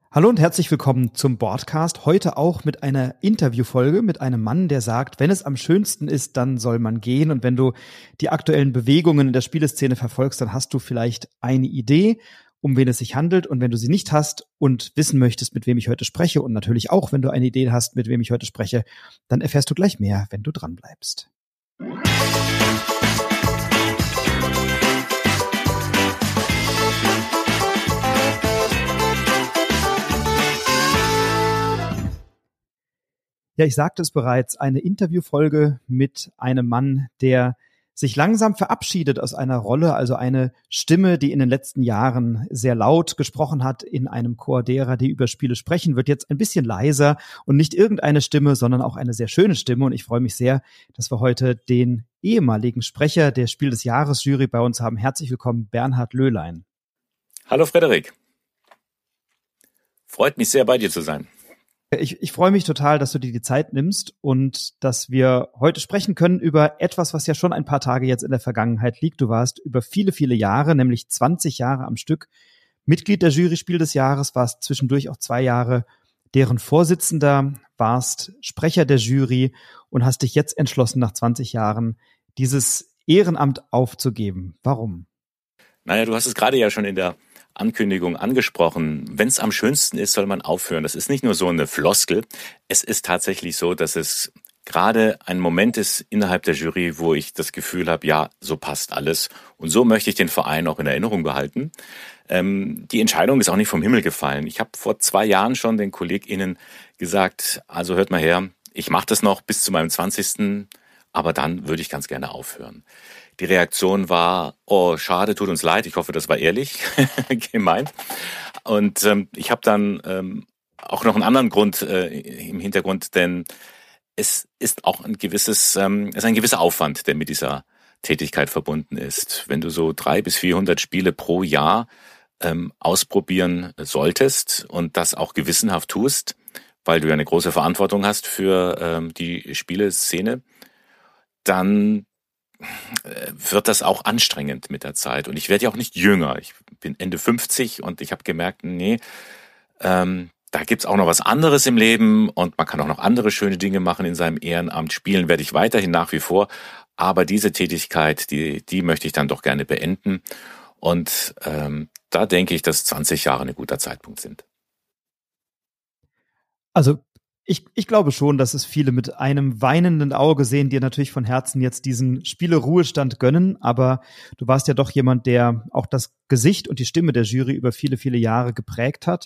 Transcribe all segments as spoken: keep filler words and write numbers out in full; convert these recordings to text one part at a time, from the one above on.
Hallo und herzlich willkommen zum Boardcast. Heute auch mit einer Interviewfolge mit einem Mann, der sagt, wenn es am schönsten ist, dann soll man gehen. Und wenn du die aktuellen Bewegungen in der Spieleszene verfolgst, dann hast du vielleicht eine Idee, um wen es sich handelt. Und wenn du sie nicht hast und wissen möchtest, mit wem ich heute spreche, und natürlich auch, wenn du eine Idee hast, mit wem ich heute spreche, dann erfährst du gleich mehr, wenn du dran bleibst. Ja, ich sagte es bereits, eine Interviewfolge mit einem Mann, der sich langsam verabschiedet aus einer Rolle, also eine Stimme, die in den letzten Jahren sehr laut gesprochen hat in einem Chor derer, die über Spiele sprechen, wird jetzt ein bisschen leiser und nicht irgendeine Stimme, sondern auch eine sehr schöne Stimme. Und ich freue mich sehr, dass wir heute den ehemaligen Sprecher der Spiel des Jahres Jury bei uns haben. Herzlich willkommen, Bernhard Löhlein. Hallo Frederik. Freut mich sehr, bei dir zu sein. Ich, ich freue mich total, dass du dir die Zeit nimmst und dass wir heute sprechen können über etwas, was ja schon ein paar Tage jetzt in der Vergangenheit liegt. Du warst über viele, viele Jahre, nämlich zwanzig Jahre am Stück, Mitglied der Jury Spiel des Jahres, warst zwischendurch auch zwei Jahre deren Vorsitzender, warst Sprecher der Jury und hast dich jetzt entschlossen, nach zwanzig Jahren dieses Ehrenamt aufzugeben. Warum? Naja, du hast es gerade ja schon in der Ankündigung angesprochen. Wenn es am schönsten ist, soll man aufhören. Das ist nicht nur so eine Floskel. Es ist tatsächlich so, dass es gerade ein Moment ist innerhalb der Jury, wo ich das Gefühl habe, ja, so passt alles. Und so möchte ich den Verein auch in Erinnerung behalten. Ähm, die Entscheidung ist auch nicht vom Himmel gefallen. Ich habe vor zwei Jahren schon den KollegInnen gesagt, also hört mal her, ich mache das noch bis zu meinem zwanzigsten aber dann würde ich ganz gerne aufhören. Die Reaktion war, oh, schade, tut uns leid. Ich hoffe, das war ehrlich gemeint. Und ähm, ich habe dann ähm, auch noch einen anderen Grund äh, im Hintergrund, denn es ist auch ein gewisses, ähm, es ist ein gewisser Aufwand, der mit dieser Tätigkeit verbunden ist. Wenn du so drei bis vierhundert Spiele pro Jahr ähm, ausprobieren solltest und das auch gewissenhaft tust, weil du ja eine große Verantwortung hast für ähm, die Spieleszene, dann wird das auch anstrengend mit der Zeit. Und ich werde ja auch nicht jünger. Ich bin Ende fünfzig und ich habe gemerkt, nee, ähm, da gibt's auch noch was anderes im Leben und man kann auch noch andere schöne Dinge machen in seinem Ehrenamt. Spielen werde ich weiterhin nach wie vor. Aber diese Tätigkeit, die, die möchte ich dann doch gerne beenden. Und ähm, da denke ich, dass zwanzig Jahre ein guter Zeitpunkt sind. Also Ich, ich glaube schon, dass es viele mit einem weinenden Auge sehen, die natürlich von Herzen jetzt diesen Spieleruhestand gönnen. Aber du warst ja doch jemand, der auch das Gesicht und die Stimme der Jury über viele, viele Jahre geprägt hat.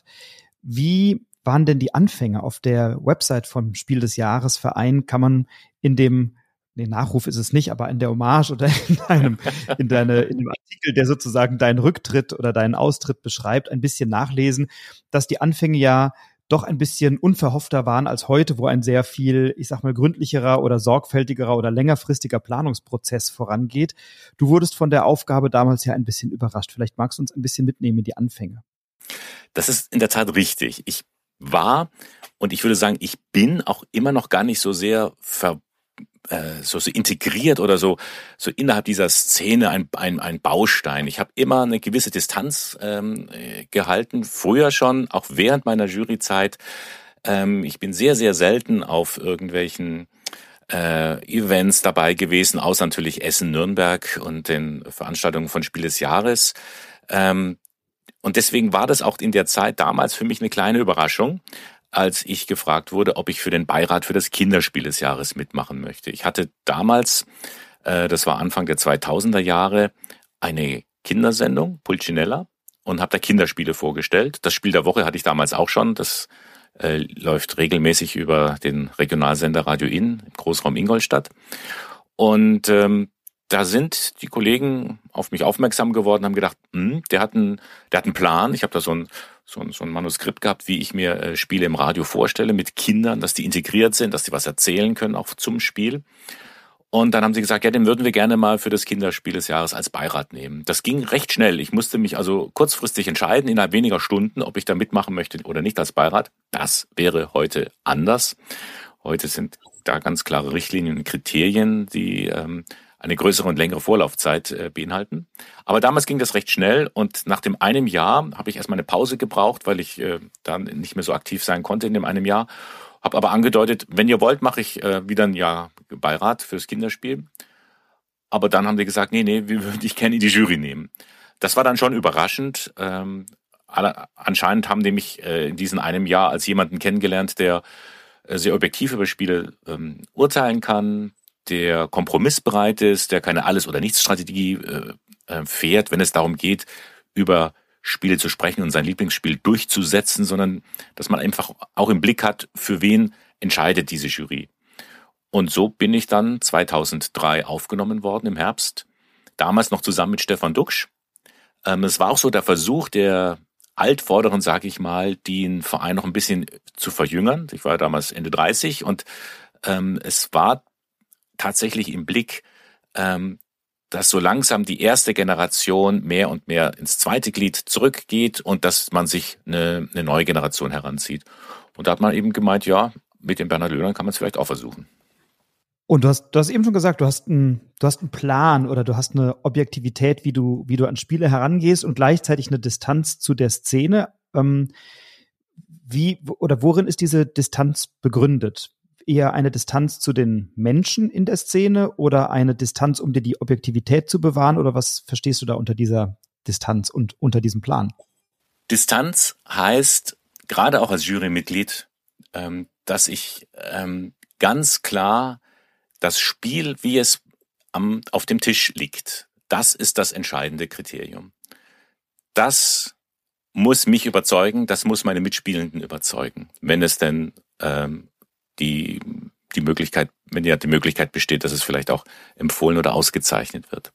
Wie waren denn die Anfänge auf der Website vom Spiel des Jahres Verein? Kann man in dem, nee, Nachruf ist es nicht, aber in der Hommage oder in deinem, in deine, in dem Artikel, der sozusagen deinen Rücktritt oder deinen Austritt beschreibt, ein bisschen nachlesen, dass die Anfänge ja doch ein bisschen unverhoffter waren als heute, wo ein sehr viel, ich sag mal, gründlicherer oder sorgfältigerer oder längerfristiger Planungsprozess vorangeht. Du wurdest von der Aufgabe damals ja ein bisschen überrascht. Vielleicht magst du uns ein bisschen mitnehmen in die Anfänge. Das ist in der Tat richtig. Ich war und ich würde sagen, ich bin auch immer noch gar nicht so sehr ver So, so integriert oder so so innerhalb dieser Szene ein ein, ein Baustein. Ich habe immer eine gewisse Distanz ähm, gehalten, früher schon, auch während meiner Juryzeit. Ähm, ich bin sehr, sehr selten auf irgendwelchen äh, Events dabei gewesen, außer natürlich Essen, Nürnberg und den Veranstaltungen von Spiel des Jahres. Ähm, und deswegen war das auch in der Zeit damals für mich eine kleine Überraschung, als ich gefragt wurde, ob ich für den Beirat für das Kinderspiel des Jahres mitmachen möchte. Ich hatte damals, äh, das war Anfang der zweitausender Jahre, eine Kindersendung, Pulcinella, und habe da Kinderspiele vorgestellt. Das Spiel der Woche hatte ich damals auch schon. Das äh, läuft regelmäßig über den Regionalsender Radio Inn im Großraum Ingolstadt. Und ähm, da sind die Kollegen auf mich aufmerksam geworden, haben gedacht, hm, der hat einen, der hat einen Plan. Ich habe da so ein So ein, so ein Manuskript gehabt, wie ich mir äh, Spiele im Radio vorstelle mit Kindern, dass die integriert sind, dass die was erzählen können, auch zum Spiel. Und dann haben sie gesagt, ja, den würden wir gerne mal für das Kinderspiel des Jahres als Beirat nehmen. Das ging recht schnell. Ich musste mich also kurzfristig entscheiden, innerhalb weniger Stunden, ob ich da mitmachen möchte oder nicht als Beirat. Das wäre heute anders. Heute sind da ganz klare Richtlinien und Kriterien, die ähm, eine größere und längere Vorlaufzeit äh, beinhalten. Aber damals ging das recht schnell und nach dem einem Jahr habe ich erstmal eine Pause gebraucht, weil ich äh, dann nicht mehr so aktiv sein konnte in dem einem Jahr. Habe aber angedeutet, wenn ihr wollt, mache ich äh, wieder ein Jahr Beirat fürs Kinderspiel. Aber dann haben die gesagt, nee, nee, wir würden dich gerne in die Jury nehmen. Das war dann schon überraschend. Ähm, alle, anscheinend haben die mich äh, in diesem einem Jahr als jemanden kennengelernt, der äh, sehr objektiv über Spiele ähm, urteilen kann, der kompromissbereit ist, der keine Alles- oder Nichts-Strategie äh, äh, fährt, wenn es darum geht, über Spiele zu sprechen und sein Lieblingsspiel durchzusetzen, sondern dass man einfach auch im Blick hat, für wen entscheidet diese Jury. Und so bin ich dann zweitausenddrei aufgenommen worden im Herbst, damals noch zusammen mit Stefan Duxch. Ähm, es war auch so der Versuch der Altvorderen, sage ich mal, den Verein noch ein bisschen zu verjüngern. Ich war damals Ende dreißig und ähm, es war tatsächlich im Blick, ähm, dass so langsam die erste Generation mehr und mehr ins zweite Glied zurückgeht und dass man sich eine, eine neue Generation heranzieht. Und da hat man eben gemeint, ja, mit dem Bernhard Löhner kann man es vielleicht auch versuchen. Und du hast, du hast eben schon gesagt, du hast einen, du hast einen Plan oder du hast eine Objektivität, wie du, wie du an Spiele herangehst und gleichzeitig eine Distanz zu der Szene. Ähm, wie oder worin ist diese Distanz begründet? Eher eine Distanz zu den Menschen in der Szene oder eine Distanz, um dir die Objektivität zu bewahren? Oder was verstehst du da unter dieser Distanz und unter diesem Plan? Distanz heißt, gerade auch als Jurymitglied, ähm, dass ich ähm, ganz klar das Spiel, wie es am, auf dem Tisch liegt, das ist das entscheidende Kriterium. Das muss mich überzeugen, das muss meine Mitspielenden überzeugen, wenn es denn ähm, die die Möglichkeit, wenn ja die Möglichkeit besteht, dass es vielleicht auch empfohlen oder ausgezeichnet wird.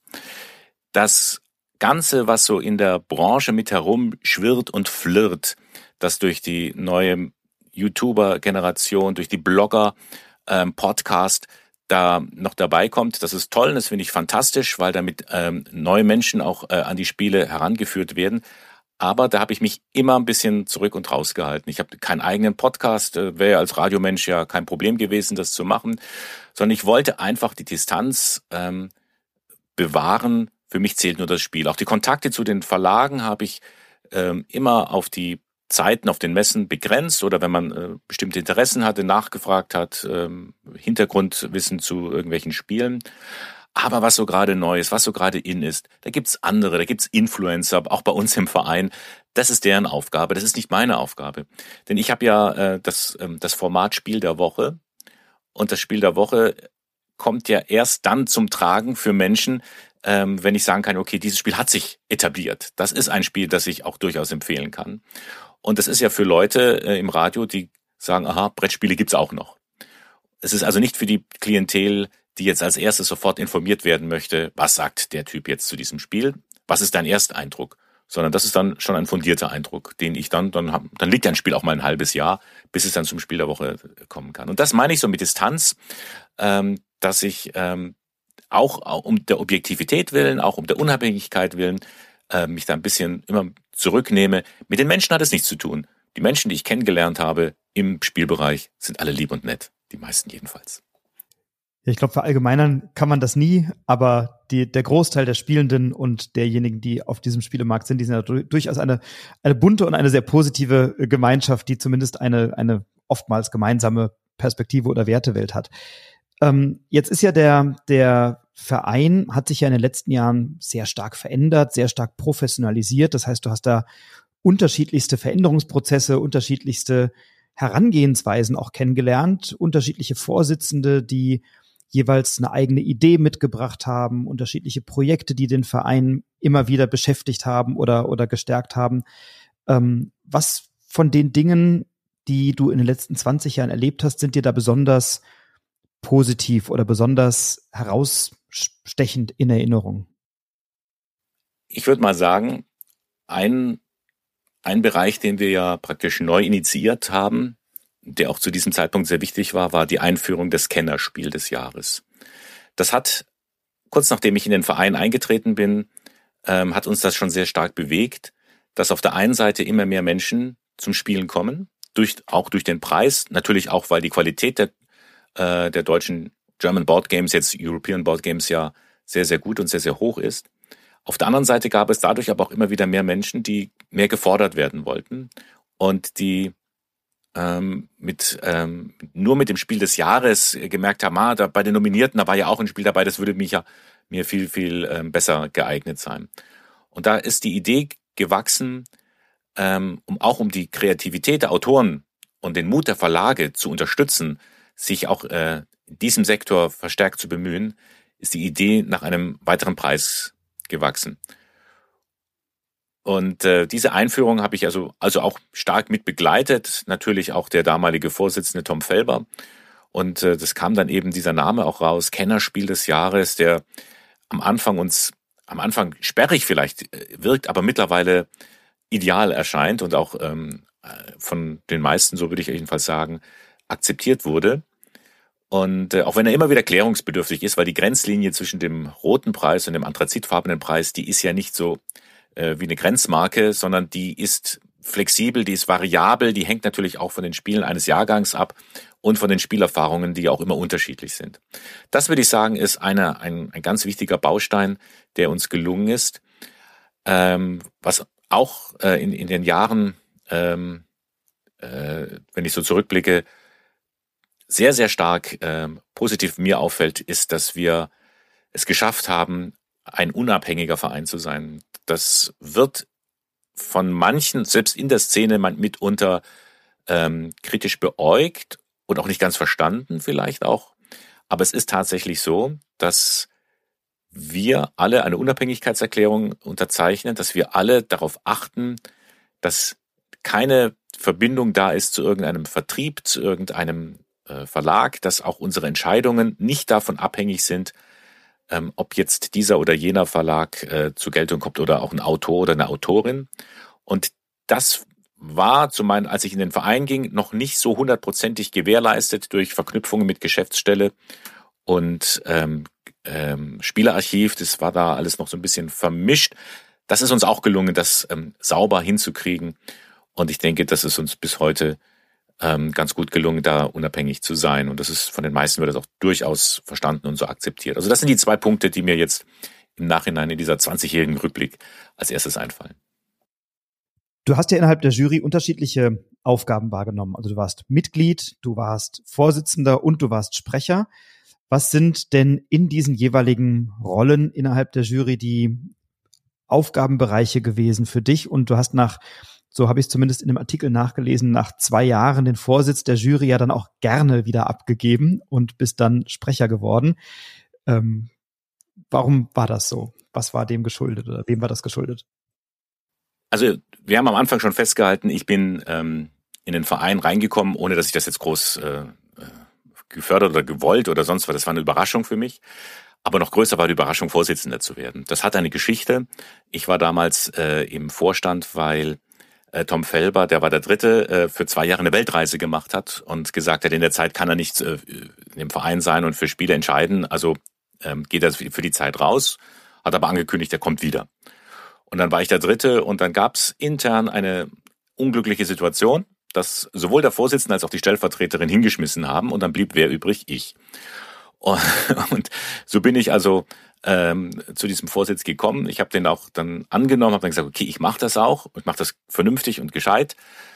Das Ganze, was so in der Branche mit herum schwirrt und flirrt, das durch die neue YouTuber-Generation, durch die Blogger, ähm, Podcast da noch dabei kommt, das ist toll, das finde ich fantastisch, weil damit ähm, neue Menschen auch äh, an die Spiele herangeführt werden. Aber da habe ich mich immer ein bisschen zurück und rausgehalten. Ich habe keinen eigenen Podcast, äh, wäre als Radiomensch ja kein Problem gewesen, das zu machen, sondern ich wollte einfach die Distanz ähm, bewahren. Für mich zählt nur das Spiel. Auch die Kontakte zu den Verlagen habe ich ähm, immer auf die Zeiten auf den Messen begrenzt oder wenn man äh, bestimmte Interessen hatte, nachgefragt hat, ähm, Hintergrundwissen zu irgendwelchen Spielen. Aber was so gerade neu ist, was so gerade in ist, da gibt's andere, da gibt's Influencer, auch bei uns im Verein. Das ist deren Aufgabe, das ist nicht meine Aufgabe. Denn ich habe ja äh, das, ähm, das Format Spiel der Woche und das Spiel der Woche kommt ja erst dann zum Tragen für Menschen, ähm, wenn ich sagen kann, okay, dieses Spiel hat sich etabliert. Das ist ein Spiel, das ich auch durchaus empfehlen kann. Und das ist ja für Leute äh, im Radio, die sagen, aha, Brettspiele gibt's auch noch. Es ist also nicht für die Klientel, die jetzt als erstes sofort informiert werden möchte, was sagt der Typ jetzt zu diesem Spiel, was ist dein Ersteindruck, sondern das ist dann schon ein fundierter Eindruck, den ich dann, dann, hab, dann liegt ein Spiel auch mal ein halbes Jahr, bis es dann zum Spiel der Woche kommen kann. Und das meine ich so mit Distanz, ähm, dass ich ähm, auch, auch um der Objektivität willen, auch um der Unabhängigkeit willen, äh, mich da ein bisschen immer zurücknehme. Mit den Menschen hat es nichts zu tun. Die Menschen, die ich kennengelernt habe im Spielbereich, sind alle lieb und nett. Die meisten jedenfalls. Ja, ich glaube, verallgemeinern kann man das nie, aber die, der Großteil der Spielenden und derjenigen, die auf diesem Spielemarkt sind, die sind ja durchaus eine, eine bunte und eine sehr positive Gemeinschaft, die zumindest eine, eine oftmals gemeinsame Perspektive oder Wertewelt hat. Ähm, jetzt ist ja der, der Verein hat sich ja in den letzten Jahren sehr stark verändert, sehr stark professionalisiert. Das heißt, du hast da unterschiedlichste Veränderungsprozesse, unterschiedlichste Herangehensweisen auch kennengelernt, unterschiedliche Vorsitzende, die jeweils eine eigene Idee mitgebracht haben, unterschiedliche Projekte, die den Verein immer wieder beschäftigt haben oder, oder gestärkt haben. Ähm, was von den Dingen, die du in den letzten zwanzig Jahren erlebt hast, sind dir da besonders positiv oder besonders herausstechend in Erinnerung? Ich würde mal sagen, ein, ein Bereich, den wir ja praktisch neu initiiert haben, der auch zu diesem Zeitpunkt sehr wichtig war, war die Einführung des Kennerspiel des Jahres. Das hat, kurz nachdem ich in den Verein eingetreten bin, ähm, hat uns das schon sehr stark bewegt, dass auf der einen Seite immer mehr Menschen zum Spielen kommen, durch, auch durch den Preis, natürlich auch, weil die Qualität der, äh, der deutschen German Board Games, jetzt European Board Games, ja sehr, sehr gut und sehr, sehr hoch ist. Auf der anderen Seite gab es dadurch aber auch immer wieder mehr Menschen, die mehr gefordert werden wollten und die ähm, mit ähm, nur mit dem Spiel des Jahres gemerkt haben, ah, da bei den Nominierten, da war ja auch ein Spiel dabei, das würde mich ja mir viel, viel ähm, besser geeignet sein. Und da ist die Idee gewachsen, ähm, um auch um die Kreativität der Autoren und den Mut der Verlage zu unterstützen, sich auch äh, in diesem Sektor verstärkt zu bemühen, ist die Idee nach einem weiteren Preis gewachsen. Und äh, diese Einführung habe ich also also auch stark mit begleitet, natürlich auch der damalige Vorsitzende Tom Felber. Und äh, das kam dann eben dieser Name auch raus, Kennerspiel des Jahres, der am Anfang uns, am Anfang sperrig vielleicht äh, wirkt, aber mittlerweile ideal erscheint und auch ähm, von den meisten, so würde ich jedenfalls sagen, akzeptiert wurde. Und äh, auch wenn er immer wieder klärungsbedürftig ist, weil die Grenzlinie zwischen dem roten Preis und dem anthrazitfarbenen Preis, die ist ja nicht so äh, wie eine Grenzmarke, sondern die ist flexibel, die ist variabel, die hängt natürlich auch von den Spielen eines Jahrgangs ab und von den Spielerfahrungen, die ja auch immer unterschiedlich sind. Das würde ich sagen, ist eine, ein, ein ganz wichtiger Baustein, der uns gelungen ist, ähm, was auch äh, in, in den Jahren, ähm, äh, wenn ich so zurückblicke, sehr, sehr stark äh, positiv mir auffällt, ist, dass wir es geschafft haben, ein unabhängiger Verein zu sein. Das wird von manchen, selbst in der Szene, mitunter ähm, kritisch beäugt und auch nicht ganz verstanden vielleicht auch. Aber es ist tatsächlich so, dass wir alle eine Unabhängigkeitserklärung unterzeichnen, dass wir alle darauf achten, dass keine Verbindung da ist zu irgendeinem Vertrieb, zu irgendeinem äh, Verlag, dass auch unsere Entscheidungen nicht davon abhängig sind, ähm, ob jetzt dieser oder jener Verlag äh, zur Geltung kommt oder auch ein Autor oder eine Autorin. Und das war, zu meinen, als ich in den Verein ging, noch nicht so hundertprozentig gewährleistet durch Verknüpfungen mit Geschäftsstelle und ähm, ähm, Spielerarchiv. Das war da alles noch so ein bisschen vermischt. Das ist uns auch gelungen, das ähm, sauber hinzukriegen. Und ich denke, das ist uns bis heute ähm, ganz gut gelungen, da unabhängig zu sein. Und das ist von den meisten wird das auch durchaus verstanden und so akzeptiert. Also das sind die zwei Punkte, die mir jetzt im Nachhinein in dieser zwanzigjährigen Rückblick als erstes einfallen. Du hast ja innerhalb der Jury unterschiedliche Aufgaben wahrgenommen. Also du warst Mitglied, du warst Vorsitzender und du warst Sprecher. Was sind denn in diesen jeweiligen Rollen innerhalb der Jury die Aufgabenbereiche gewesen für dich? Und du hast nach, so habe ich es zumindest in dem Artikel nachgelesen, nach zwei Jahren den Vorsitz der Jury ja dann auch gerne wieder abgegeben und bist dann Sprecher geworden. Ähm, warum war das so? Was war dem geschuldet oder wem war das geschuldet? Also wir haben am Anfang schon festgehalten, ich bin ähm, in den Verein reingekommen, ohne dass ich das jetzt groß äh, gefördert oder gewollt oder sonst was. Das war eine Überraschung für mich. Aber noch größer war die Überraschung, Vorsitzender zu werden. Das hat eine Geschichte. Ich war damals äh, im Vorstand, weil äh, Tom Felber, der war der Dritte, äh, für zwei Jahre eine Weltreise gemacht hat und gesagt hat, in der Zeit kann er nicht äh, in dem Verein sein und für Spiele entscheiden. Also ähm, geht er für die Zeit raus, hat aber angekündigt, er kommt wieder. Und dann war ich der Dritte und dann gab's intern eine unglückliche Situation, dass sowohl der Vorsitzende als auch die Stellvertreterin hingeschmissen haben und dann blieb wer übrig? Ich. Und, und so bin ich also ähm, zu diesem Vorsitz gekommen. Ich habe den auch dann angenommen, habe dann gesagt, okay, ich mache das auch und mache das vernünftig und gescheit.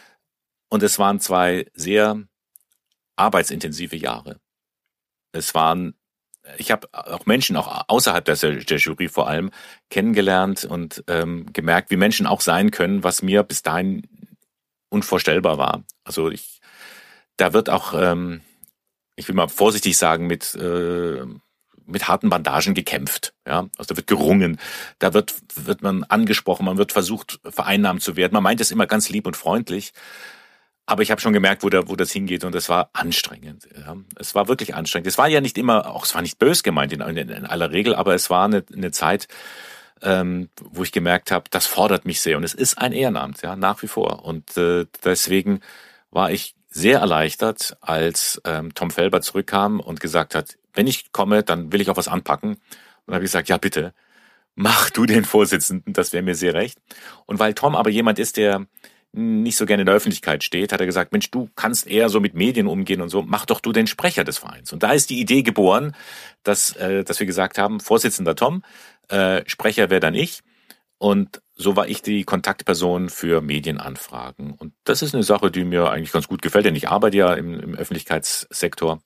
Und es waren zwei sehr arbeitsintensive Jahre. Es waren Ich habe auch Menschen, auch außerhalb der, der Jury vor allem, kennengelernt und ähm, gemerkt, wie Menschen auch sein können, was mir bis dahin unvorstellbar war. Also ich, da wird auch, ähm, ich will mal vorsichtig sagen, mit äh, mit harten Bandagen gekämpft. Ja, also da wird gerungen, da wird wird man angesprochen, man wird versucht, vereinnahmt zu werden. Man meint es immer ganz lieb und freundlich. Aber ich habe schon gemerkt, wo, da, wo das hingeht und es war anstrengend. Ja. Es war wirklich anstrengend. Es war ja nicht immer, auch es war nicht bös gemeint in, in, in aller Regel, aber es war eine, eine Zeit, ähm, wo ich gemerkt habe, das fordert mich sehr und es ist ein Ehrenamt, ja, nach wie vor. Und äh, deswegen war ich sehr erleichtert, als ähm, Tom Felber zurückkam und gesagt hat, wenn ich komme, dann will ich auch was anpacken. Und dann habe ich gesagt, ja bitte, mach du den Vorsitzenden, das wäre mir sehr recht. Und weil Tom aber jemand ist, der nicht so gerne in der Öffentlichkeit steht, hat er gesagt, Mensch, du kannst eher so mit Medien umgehen und so, mach doch du den Sprecher des Vereins. Und da ist die Idee geboren, dass, äh, dass wir gesagt haben, Vorsitzender Tom, äh, Sprecher wäre dann ich. Und so war ich die Kontaktperson für Medienanfragen. Und das ist eine Sache, die mir eigentlich ganz gut gefällt, denn ich arbeite ja im, im Öffentlichkeitssektor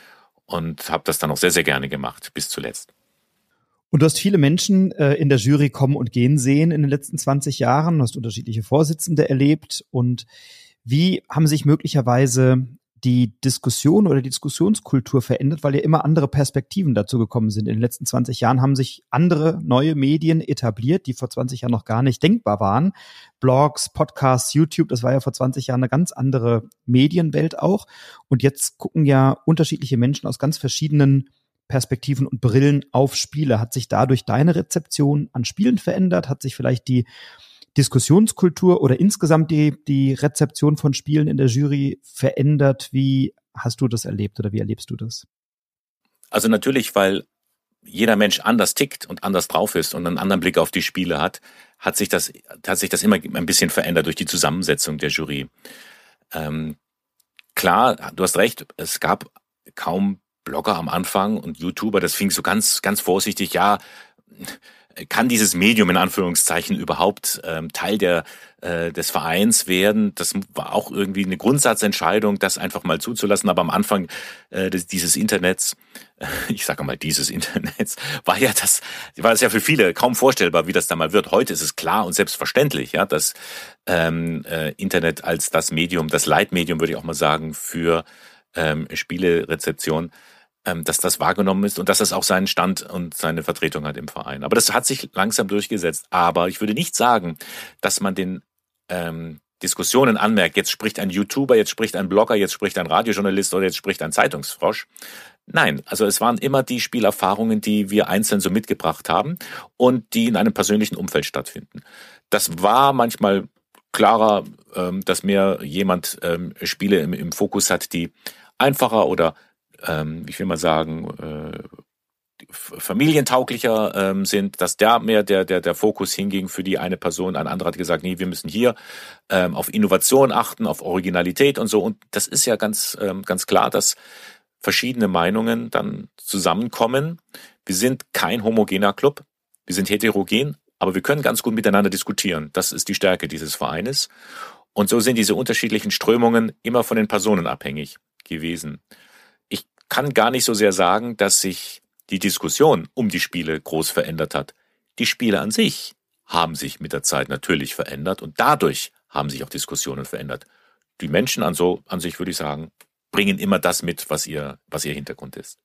und habe das dann auch sehr, sehr gerne gemacht, bis zuletzt. Und du hast viele Menschen äh, in der Jury kommen und gehen sehen in den letzten zwanzig Jahren. Du hast unterschiedliche Vorsitzende erlebt. Und wie haben sich möglicherweise die Diskussion oder die Diskussionskultur verändert, weil ja immer andere Perspektiven dazu gekommen sind? In den letzten zwanzig Jahren haben sich andere neue Medien etabliert, die vor zwanzig Jahren noch gar nicht denkbar waren. Blogs, Podcasts, YouTube, das war ja vor zwanzig Jahren eine ganz andere Medienwelt auch. Und jetzt gucken ja unterschiedliche Menschen aus ganz verschiedenen Perspektiven und Brillen auf Spiele. Hat sich dadurch deine Rezeption an Spielen verändert? Hat sich vielleicht die Diskussionskultur oder insgesamt die, die Rezeption von Spielen in der Jury verändert? Wie hast du das erlebt oder wie erlebst du das? Also natürlich, weil jeder Mensch anders tickt und anders drauf ist und einen anderen Blick auf die Spiele hat, hat sich das, hat sich das immer ein bisschen verändert durch die Zusammensetzung der Jury. Ähm, klar, du hast recht, es gab kaum Blogger am Anfang und YouTuber, das fing so ganz, ganz vorsichtig, ja, kann dieses Medium in Anführungszeichen überhaupt ähm, Teil der äh, des Vereins werden? Das war auch irgendwie eine Grundsatzentscheidung, das einfach mal zuzulassen. Aber am Anfang äh, des, dieses Internets, äh, ich sage mal dieses Internets, war ja das, war das ja für viele kaum vorstellbar, wie das da mal wird. Heute ist es klar und selbstverständlich, ja, dass ähm, äh, Internet als das Medium, das Leitmedium, würde ich auch mal sagen, für ähm, Spielerezeption, dass das wahrgenommen ist und dass das auch seinen Stand und seine Vertretung hat im Verein. Aber das hat sich langsam durchgesetzt. Aber ich würde nicht sagen, dass man den ähm, Diskussionen anmerkt, jetzt spricht ein YouTuber, jetzt spricht ein Blogger, jetzt spricht ein Radiojournalist oder jetzt spricht ein Zeitungsfrosch. Nein, also es waren immer die Spielerfahrungen, die wir einzeln so mitgebracht haben und die in einem persönlichen Umfeld stattfinden. Das war manchmal klarer, ähm, dass mehr jemand ähm, Spiele im, im Fokus hat, die einfacher oder Ähm, ich will mal sagen, äh, familientauglicher ähm, sind, dass da mehr der, der, der Fokus hinging für die eine Person. Ein anderer hat gesagt, nee, wir müssen hier ähm, auf Innovation achten, auf Originalität und so. Und das ist ja ganz, ähm, ganz klar, dass verschiedene Meinungen dann zusammenkommen. Wir sind kein homogener Club, wir sind heterogen, aber wir können ganz gut miteinander diskutieren. Das ist die Stärke dieses Vereines. Und so sind diese unterschiedlichen Strömungen immer von den Personen abhängig gewesen. Kann gar nicht so sehr sagen, dass sich die Diskussion um die Spiele groß verändert hat. Die Spiele an sich haben sich mit der Zeit natürlich verändert und dadurch haben sich auch Diskussionen verändert. Die Menschen an so an sich, würde ich sagen, bringen immer das mit, was ihr was ihr Hintergrund ist.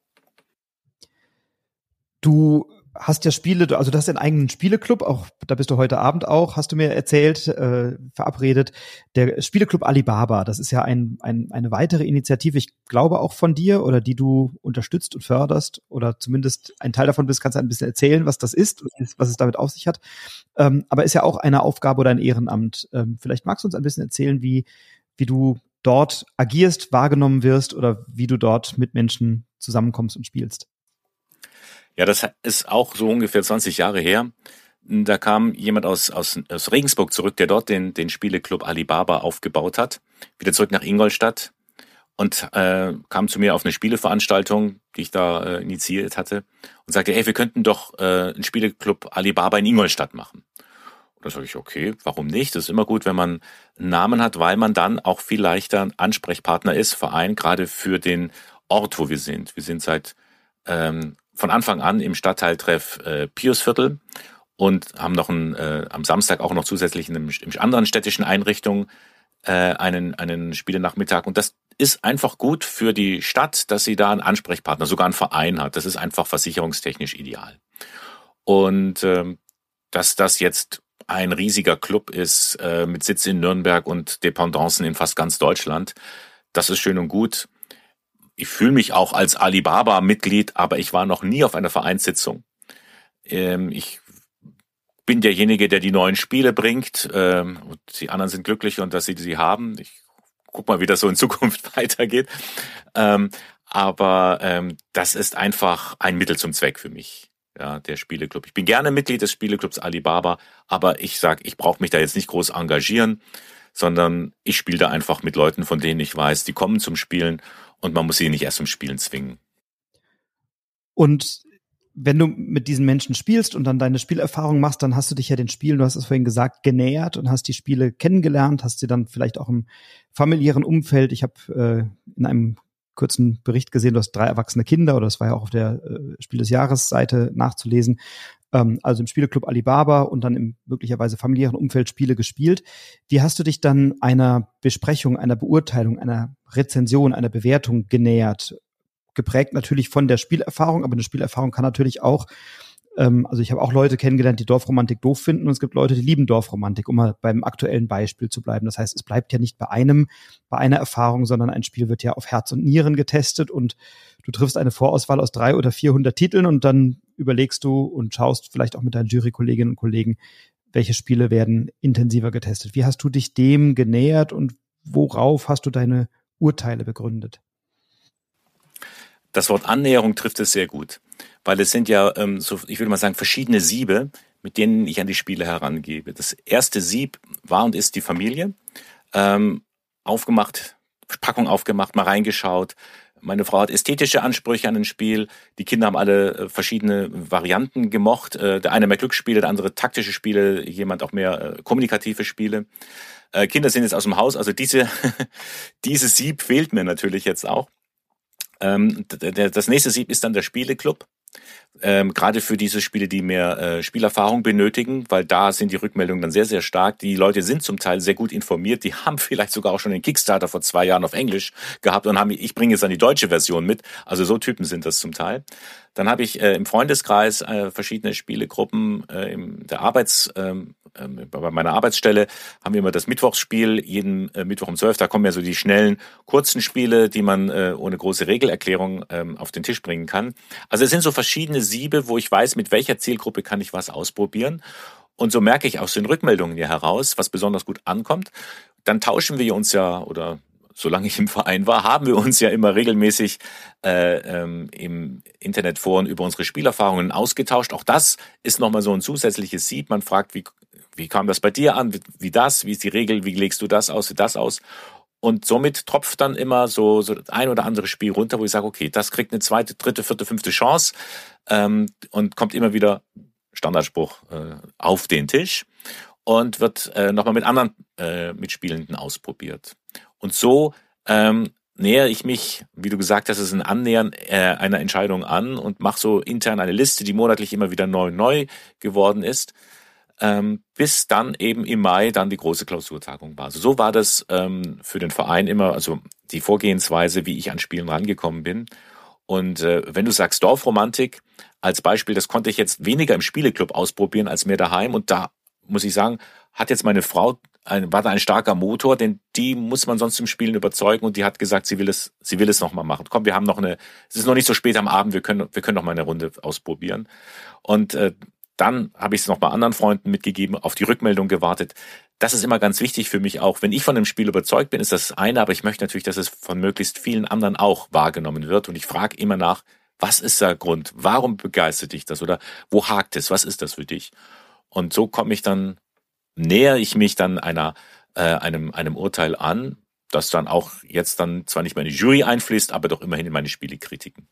Du hast ja Spiele, also du hast einen eigenen Spieleclub, auch da bist du heute Abend auch, hast du mir erzählt, äh, verabredet, der Spieleclub Alibaba. Das ist ja ein, ein eine weitere Initiative, ich glaube auch von dir oder die du unterstützt und förderst oder zumindest ein Teil davon bist, kannst du ein bisschen erzählen, was das ist, was es damit auf sich hat. Ähm, aber ist ja auch eine Aufgabe oder ein Ehrenamt. Ähm, vielleicht magst du uns ein bisschen erzählen, wie wie du dort agierst, wahrgenommen wirst oder wie du dort mit Menschen zusammenkommst und spielst. Ja, das ist auch so ungefähr zwanzig Jahre her. Da kam jemand aus, aus, aus Regensburg zurück, der dort den, den Spieleclub Alibaba aufgebaut hat, wieder zurück nach Ingolstadt und äh, kam zu mir auf eine Spieleveranstaltung, die ich da äh, initiiert hatte und sagte, ey, wir könnten doch äh, einen Spieleclub Alibaba in Ingolstadt machen. Und da sage ich, okay, warum nicht? Das ist immer gut, wenn man einen Namen hat, weil man dann auch viel leichter ein Ansprechpartner ist, Verein, gerade für den Ort, wo wir sind. Wir sind seit ähm, von Anfang an im Stadtteiltreff äh, Piusviertel und haben noch einen, äh, am Samstag auch noch zusätzlich in, einem, in anderen städtischen Einrichtungen äh, einen, einen Spielenachmittag. Und das ist einfach gut für die Stadt, dass sie da einen Ansprechpartner, sogar einen Verein hat. Das ist einfach versicherungstechnisch ideal. Und ähm, dass das jetzt ein riesiger Club ist äh, mit Sitz in Nürnberg und Dependancen in fast ganz Deutschland, das ist schön und gut. Ich fühle mich auch als Alibaba-Mitglied, aber ich war noch nie auf einer Vereinssitzung. Ähm, ich bin derjenige, der die neuen Spiele bringt. Ähm, und die anderen sind glücklich und dass sie sie haben. Ich guck mal, wie das so in Zukunft weitergeht. Ähm, aber ähm, das ist einfach ein Mittel zum Zweck für mich, ja, der Spieleclub. Ich bin gerne Mitglied des Spieleclubs Alibaba, aber ich sag, ich brauche mich da jetzt nicht groß engagieren, sondern ich spiele da einfach mit Leuten, von denen ich weiß, die kommen zum Spielen und man muss sie nicht erst zum Spielen zwingen. Und wenn du mit diesen Menschen spielst und dann deine Spielerfahrung machst, dann hast du dich ja den Spielen, du hast es vorhin gesagt, genähert und hast die Spiele kennengelernt, hast sie dann vielleicht auch im familiären Umfeld. Ich habe äh, in einem kurzen Bericht gesehen, du hast drei erwachsene Kinder, oder das war ja auch auf der äh, Spiel des Jahres Seite nachzulesen. Ähm, also im Spieleclub Alibaba und dann im möglicherweise familiären Umfeld Spiele gespielt. Wie hast du dich dann einer Besprechung, einer Beurteilung, einer Rezension, einer Bewertung genähert? Geprägt natürlich von der Spielerfahrung, aber eine Spielerfahrung kann natürlich auch, ähm, also ich habe auch Leute kennengelernt, die Dorfromantik doof finden, und es gibt Leute, die lieben Dorfromantik, um mal beim aktuellen Beispiel zu bleiben. Das heißt, es bleibt ja nicht bei einem, bei einer Erfahrung, sondern ein Spiel wird ja auf Herz und Nieren getestet und du triffst eine Vorauswahl aus drei oder vierhundert Titeln und dann überlegst du und schaust vielleicht auch mit deinen Jurykolleginnen und Kollegen, welche Spiele werden intensiver getestet. Wie hast du dich dem genähert und worauf hast du deine Urteile begründet? Das Wort Annäherung trifft es sehr gut, weil es sind ja, ähm, so, ich würde mal sagen, verschiedene Siebe, mit denen ich an die Spiele herangebe. Das erste Sieb war und ist die Familie. Ähm, aufgemacht, Packung aufgemacht, mal reingeschaut. Meine Frau hat ästhetische Ansprüche an ein Spiel. Die Kinder haben alle äh, verschiedene Varianten gemocht. Äh, der eine mehr Glücksspiele, der andere taktische Spiele, jemand auch mehr äh, kommunikative Spiele. Äh, Kinder sind jetzt aus dem Haus, also diese, diese Sieb fehlt mir natürlich jetzt auch. Ähm, das nächste Sieb ist dann der Spieleclub. Ähm, gerade für diese Spiele, die mehr äh, Spielerfahrung benötigen, weil da sind die Rückmeldungen dann sehr, sehr stark. Die Leute sind zum Teil sehr gut informiert. Die haben vielleicht sogar auch schon den Kickstarter vor zwei Jahren auf Englisch gehabt und haben, ich bringe jetzt dann die deutsche Version mit. Also so Typen sind das zum Teil. Dann habe ich äh, im Freundeskreis äh, verschiedene Spielegruppen. Äh, in der Arbeits, ähm, äh, bei meiner Arbeitsstelle haben wir immer das Mittwochsspiel, jeden äh, Mittwoch um zwölf. Da kommen ja so die schnellen, kurzen Spiele, die man äh, ohne große Regelerklärung ähm, auf den Tisch bringen kann. Also es sind so verschiedene Siebe, wo ich weiß, mit welcher Zielgruppe kann ich was ausprobieren. Und so merke ich aus den Rückmeldungen hier heraus, was besonders gut ankommt. Dann tauschen wir uns ja, oder solange ich im Verein war, haben wir uns ja immer regelmäßig äh, ähm, im Internetforen über unsere Spielerfahrungen ausgetauscht. Auch das ist nochmal so ein zusätzliches Sieb. Man fragt, wie, wie kam das bei dir an, wie, wie das, wie ist die Regel, wie legst du das aus, wie das aus? Und somit tropft dann immer so, so ein oder andere Spiel runter, wo ich sage, okay, das kriegt eine zweite, dritte, vierte, fünfte Chance ähm, und kommt immer wieder, Standardspruch, äh, auf den Tisch und wird äh, nochmal mit anderen äh, Mitspielenden ausprobiert. Und so ähm, nähere ich mich, wie du gesagt hast, es ist ein Annähern äh, einer Entscheidung an und mache so intern eine Liste, die monatlich immer wieder neu neu geworden ist, ähm, bis dann eben im Mai dann die große Klausurtagung war. Also so war das ähm, für den Verein immer, also die Vorgehensweise, wie ich an Spielen rangekommen bin. Und äh, wenn du sagst Dorfromantik als Beispiel, das konnte ich jetzt weniger im Spieleclub ausprobieren als mehr daheim. Und da muss ich sagen, hat jetzt meine Frau, ein, war da ein starker Motor, denn die muss man sonst im Spielen überzeugen und die hat gesagt, sie will es, sie will es nochmal machen. Komm, wir haben noch eine, es ist noch nicht so spät am Abend, wir können, wir können noch mal eine Runde ausprobieren. Und äh, dann habe ich es nochmal anderen Freunden mitgegeben, auf die Rückmeldung gewartet. Das ist immer ganz wichtig für mich auch. Wenn ich von einem Spiel überzeugt bin, ist das eine, aber ich möchte natürlich, dass es von möglichst vielen anderen auch wahrgenommen wird. Und ich frage immer nach, was ist der Grund? Warum begeistert dich das? Oder wo hakt es? Was ist das für dich? Und so komme ich dann, nähere ich mich dann einer, äh, einem, einem Urteil an, das dann auch jetzt dann zwar nicht mehr in die Jury einfließt, aber doch immerhin in meine Spielekritiken.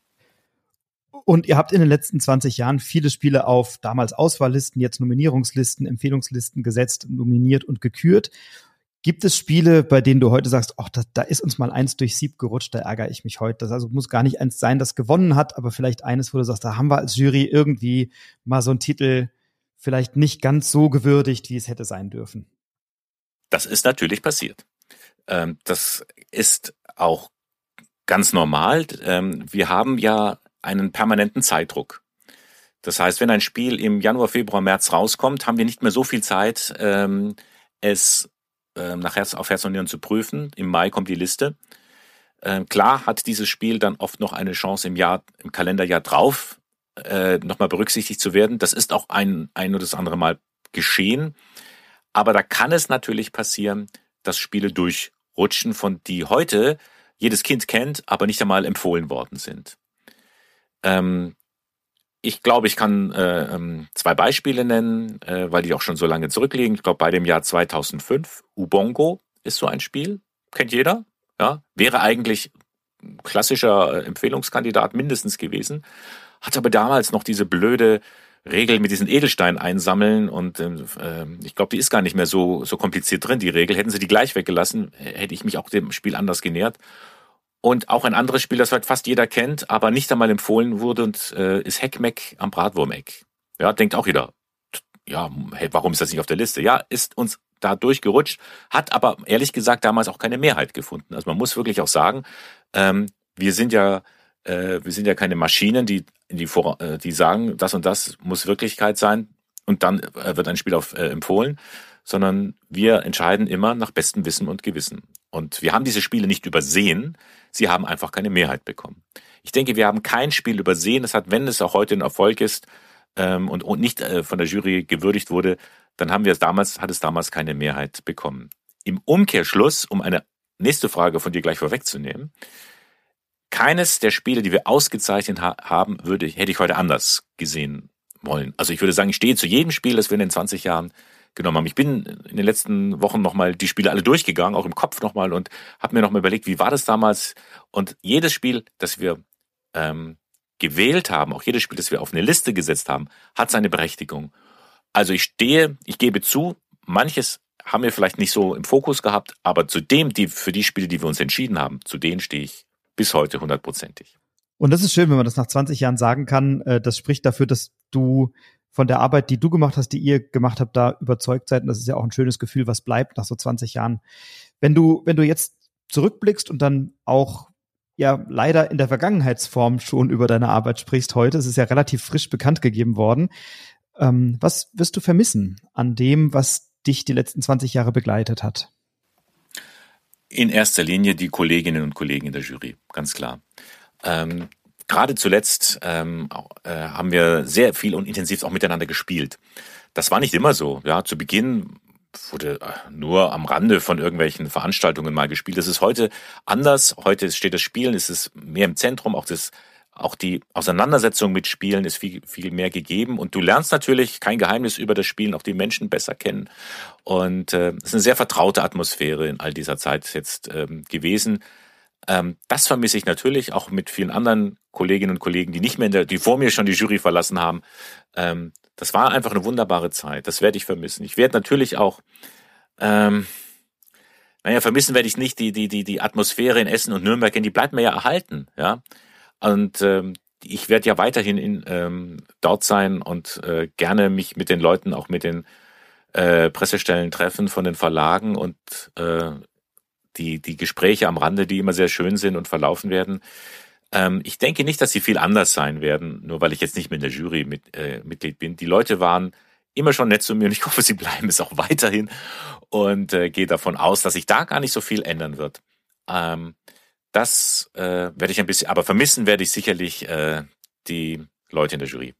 Und ihr habt in den letzten zwanzig Jahren viele Spiele auf damals Auswahllisten, jetzt Nominierungslisten, Empfehlungslisten gesetzt, nominiert und gekürt. Gibt es Spiele, bei denen du heute sagst, ach, da, da ist uns mal eins durchs Sieb gerutscht, da ärgere ich mich heute. Das also muss gar nicht eins sein, das gewonnen hat, aber vielleicht eines, wo du sagst, da haben wir als Jury irgendwie mal so einen Titel vielleicht nicht ganz so gewürdigt, wie es hätte sein dürfen. Das ist natürlich passiert. Ähm, das ist auch ganz normal. Ähm, wir haben ja einen permanenten Zeitdruck. Das heißt, wenn ein Spiel im Januar, Februar, März rauskommt, haben wir nicht mehr so viel Zeit, ähm, es ähm, nach Herz, auf Herz und Nieren zu prüfen. Im Mai kommt die Liste. Ähm, klar hat dieses Spiel dann oft noch eine Chance im Jahr, im Kalenderjahr drauf, äh, nochmal berücksichtigt zu werden. Das ist auch ein, ein oder das andere Mal geschehen. Aber da kann es natürlich passieren, dass Spiele durchrutschen, von die heute jedes Kind kennt, aber nicht einmal empfohlen worden sind. Ähm, ich glaube, ich kann äh, ähm, zwei Beispiele nennen, äh, weil die auch schon so lange zurückliegen. Ich glaube, bei dem Jahr zweitausendfünf, Ubongo, ist so ein Spiel, kennt jeder, ja, wäre eigentlich klassischer Empfehlungskandidat mindestens gewesen, hat aber damals noch diese blöde Regel mit diesen Edelsteinen einsammeln und äh, ich glaube, die ist gar nicht mehr so so kompliziert drin, die Regel. Hätten sie die gleich weggelassen, hätte ich mich auch dem Spiel anders genähert. Und auch ein anderes Spiel, das halt fast jeder kennt, aber nicht einmal empfohlen wurde, und äh, ist Heckmeck am Bratwurmeck. Ja, denkt auch jeder, ja, hey, warum ist das nicht auf der Liste? Ja, ist uns da durchgerutscht, hat aber ehrlich gesagt damals auch keine Mehrheit gefunden. Also man muss wirklich auch sagen, ähm, wir sind ja äh, wir sind ja keine Maschinen, die die vor, äh, die sagen, das und das muss Wirklichkeit sein und dann äh, wird ein Spiel auf, äh, empfohlen, sondern wir entscheiden immer nach bestem Wissen und Gewissen. Und wir haben diese Spiele nicht übersehen, sie haben einfach keine Mehrheit bekommen. Ich denke, wir haben kein Spiel übersehen, das hat, wenn es auch heute ein Erfolg ist ähm, und, und nicht äh, von der Jury gewürdigt wurde, dann haben wir es damals, hat es damals keine Mehrheit bekommen. Im Umkehrschluss, um eine nächste Frage von dir gleich vorwegzunehmen, keines der Spiele, die wir ausgezeichnet ha- haben, würde, hätte ich heute anders gesehen wollen. Also ich würde sagen, ich stehe zu jedem Spiel, das wir in den zwanzig Jahren genommen haben. Ich bin in den letzten Wochen nochmal die Spiele alle durchgegangen, auch im Kopf nochmal, und habe mir nochmal überlegt, wie war das damals? Und jedes Spiel, das wir ähm, gewählt haben, auch jedes Spiel, das wir auf eine Liste gesetzt haben, hat seine Berechtigung. Also ich stehe, ich gebe zu, manches haben wir vielleicht nicht so im Fokus gehabt, aber zu dem, die, für die Spiele, die wir uns entschieden haben, zu denen stehe ich bis heute hundertprozentig. Und das ist schön, wenn man das nach zwanzig Jahren sagen kann. Das spricht dafür, dass du von der Arbeit, die du gemacht hast, die ihr gemacht habt, da überzeugt seid. Und das ist ja auch ein schönes Gefühl, was bleibt nach so zwanzig Jahren. Wenn du, wenn du jetzt zurückblickst und dann auch ja leider in der Vergangenheitsform schon über deine Arbeit sprichst heute, es ist ja relativ frisch bekannt gegeben worden. Ähm, was wirst du vermissen an dem, was dich die letzten zwanzig Jahre begleitet hat? In erster Linie die Kolleginnen und Kollegen in der Jury, ganz klar. Ähm, gerade zuletzt ähm, äh, haben wir sehr viel und intensiv auch miteinander gespielt. Das war nicht immer so. Ja, zu Beginn wurde nur am Rande von irgendwelchen Veranstaltungen mal gespielt. Das ist heute anders. Heute steht das Spielen, ist es mehr im Zentrum, auch das Auch die Auseinandersetzung mit Spielen ist viel, viel mehr gegeben. Und du lernst natürlich, kein Geheimnis, über das Spielen auch die Menschen besser kennen. Und äh, es ist eine sehr vertraute Atmosphäre in all dieser Zeit jetzt ähm, gewesen. Ähm, das vermisse ich natürlich auch mit vielen anderen Kolleginnen und Kollegen, die nicht mehr in der, die vor mir schon die Jury verlassen haben. Ähm, das war einfach eine wunderbare Zeit. Das werde ich vermissen. Ich werde natürlich auch, ähm, naja, vermissen werde ich nicht die, die, die, die Atmosphäre in Essen und Nürnberg, denn die bleibt mir ja erhalten, ja. Und ähm, ich werde ja weiterhin in, ähm, dort sein und äh, gerne mich mit den Leuten, auch mit den äh, Pressestellen treffen von den Verlagen und äh, die die Gespräche am Rande, die immer sehr schön sind und verlaufen werden. Ähm, ich denke nicht, dass sie viel anders sein werden, nur weil ich jetzt nicht mehr in der Jury mit, äh, Mitglied bin. Die Leute waren immer schon nett zu mir und ich hoffe, sie bleiben es auch weiterhin und äh, gehe davon aus, dass sich da gar nicht so viel ändern wird. Ähm, Das äh, werde ich ein bisschen, aber vermissen werde ich sicherlich äh, die Leute in der Jury.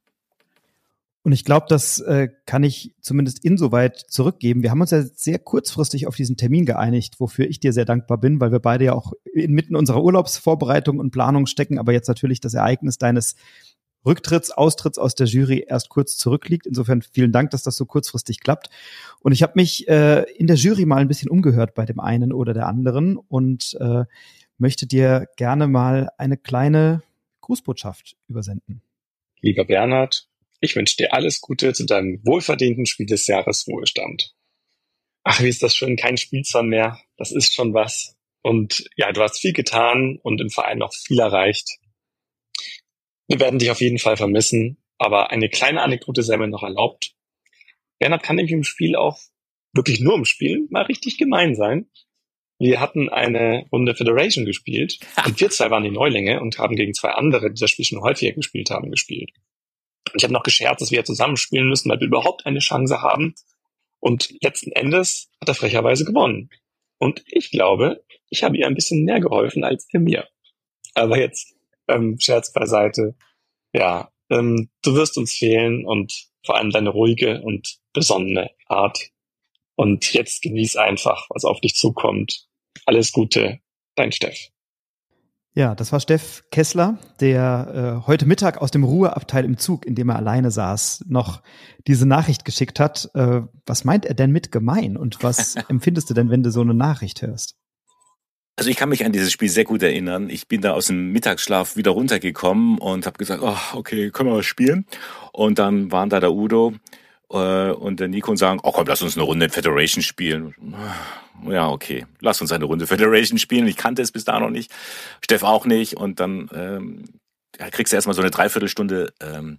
Und ich glaube, das äh, kann ich zumindest insoweit zurückgeben. Wir haben uns ja sehr kurzfristig auf diesen Termin geeinigt, wofür ich dir sehr dankbar bin, weil wir beide ja auch inmitten unserer Urlaubsvorbereitung und Planung stecken, aber jetzt natürlich das Ereignis deines Rücktritts, Austritts aus der Jury erst kurz zurückliegt. Insofern vielen Dank, dass das so kurzfristig klappt. Und ich habe mich äh, in der Jury mal ein bisschen umgehört bei dem einen oder der anderen und äh, möchte dir gerne mal eine kleine Grußbotschaft übersenden. Lieber Bernhard, ich wünsche dir alles Gute zu deinem wohlverdienten Spiel des Jahres Ruhestand. Ach, wie ist das schön, kein Spielzahn mehr. Das ist schon was. Und ja, du hast viel getan und im Verein noch viel erreicht. Wir werden dich auf jeden Fall vermissen, aber eine kleine Anekdote sei mir noch erlaubt. Bernhard kann nämlich im Spiel auch, wirklich nur im Spiel, mal richtig gemein sein. Wir hatten eine Runde Federation gespielt und wir zwei waren die Neulinge und haben gegen zwei andere, die das Spiel schon häufiger gespielt haben, gespielt. Und ich habe noch gescherzt, dass wir zusammen spielen müssen, weil wir überhaupt eine Chance haben. Und letzten Endes hat er frecherweise gewonnen. Und ich glaube, ich habe ihr ein bisschen mehr geholfen als er mir. Aber jetzt ähm, Scherz beiseite. Ja, ähm, du wirst uns fehlen und vor allem deine ruhige und besonnene Art. Und jetzt genieß einfach, was auf dich zukommt. Alles Gute, dein Steff. Ja, das war Steff Kessler, der äh, heute Mittag aus dem Ruheabteil im Zug, in dem er alleine saß, noch diese Nachricht geschickt hat. Äh, was meint er denn mit gemein und was empfindest du denn, wenn du so eine Nachricht hörst? Also ich kann mich an dieses Spiel sehr gut erinnern. Ich bin da aus dem Mittagsschlaf wieder runtergekommen und habe gesagt, oh, okay, können wir was spielen? Und dann waren da der Udo äh, und der Nico und sagen, oh komm, lass uns eine Runde Federation spielen. Ja, okay, lass uns eine Runde Federation spielen. Ich kannte es bis da noch nicht, Steff auch nicht. Und dann ähm, ja, kriegst du erstmal so eine Dreiviertelstunde ähm,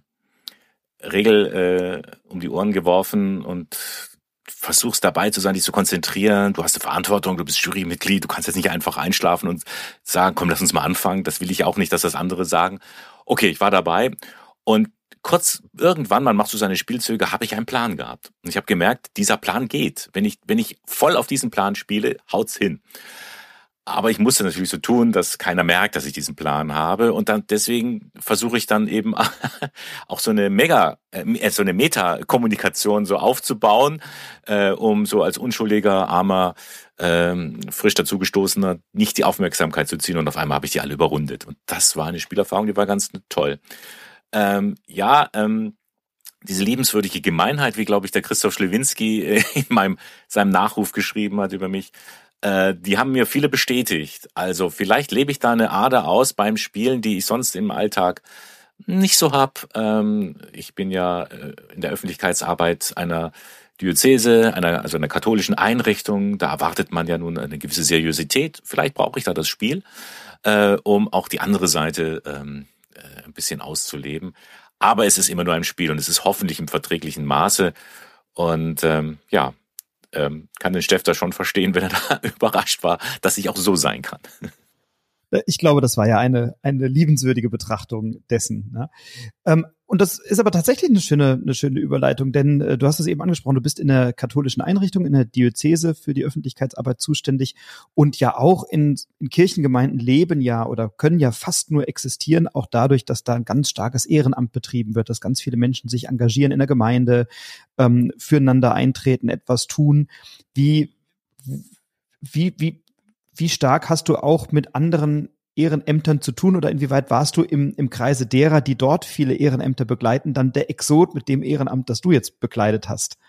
Regel äh, um die Ohren geworfen und versuchst dabei zu sein, dich zu konzentrieren. Du hast eine Verantwortung, du bist Jurymitglied, du kannst jetzt nicht einfach einschlafen und sagen, komm, lass uns mal anfangen. Das will ich auch nicht, dass das andere sagen. Okay, ich war dabei und kurz irgendwann, man macht so seine Spielzüge, habe ich einen Plan gehabt. Und ich habe gemerkt, dieser Plan geht. Wenn ich, wenn ich voll auf diesen Plan spiele, haut's hin. Aber ich musste natürlich so tun, dass keiner merkt, dass ich diesen Plan habe. Und dann deswegen versuche ich dann eben auch so eine Mega, äh, so eine Meta-Kommunikation so aufzubauen, äh, um so als unschuldiger, armer, ähm, frisch dazugestoßener nicht die Aufmerksamkeit zu ziehen. Und auf einmal habe ich die alle überrundet. Und das war eine Spielerfahrung, die war ganz toll. Ähm, ja, ähm, diese liebenswürdige Gemeinheit, wie glaube ich der Christoph Schlewinski äh, in meinem seinem Nachruf geschrieben hat über mich, äh, die haben mir viele bestätigt. Also vielleicht lebe ich da eine Ader aus beim Spielen, die ich sonst im Alltag nicht so hab. Ähm, ich bin ja äh, in der Öffentlichkeitsarbeit einer Diözese, einer also einer katholischen Einrichtung. Da erwartet man ja nun eine gewisse Seriosität. Vielleicht brauche ich da das Spiel, äh, um auch die andere Seite ähm, ein bisschen auszuleben. Aber es ist immer nur ein Spiel und es ist hoffentlich im verträglichen Maße. Und ähm, ja, ähm, kann den Steff da schon verstehen, wenn er da überrascht war, dass ich auch so sein kann. Ich glaube, das war ja eine eine liebenswürdige Betrachtung dessen. Ne? Ähm, und das ist aber tatsächlich eine schöne eine schöne Überleitung, denn äh, du hast es eben angesprochen, du bist in der katholischen Einrichtung, in der Diözese für die Öffentlichkeitsarbeit zuständig und ja auch in, in Kirchengemeinden leben ja oder können ja fast nur existieren, auch dadurch, dass da ein ganz starkes Ehrenamt betrieben wird, dass ganz viele Menschen sich engagieren in der Gemeinde, ähm, füreinander eintreten, etwas tun. Wie wie wie Wie stark hast du auch mit anderen Ehrenämtern zu tun oder inwieweit warst du im, im Kreise derer, die dort viele Ehrenämter begleiten, dann der Exot mit dem Ehrenamt, das du jetzt bekleidet hast?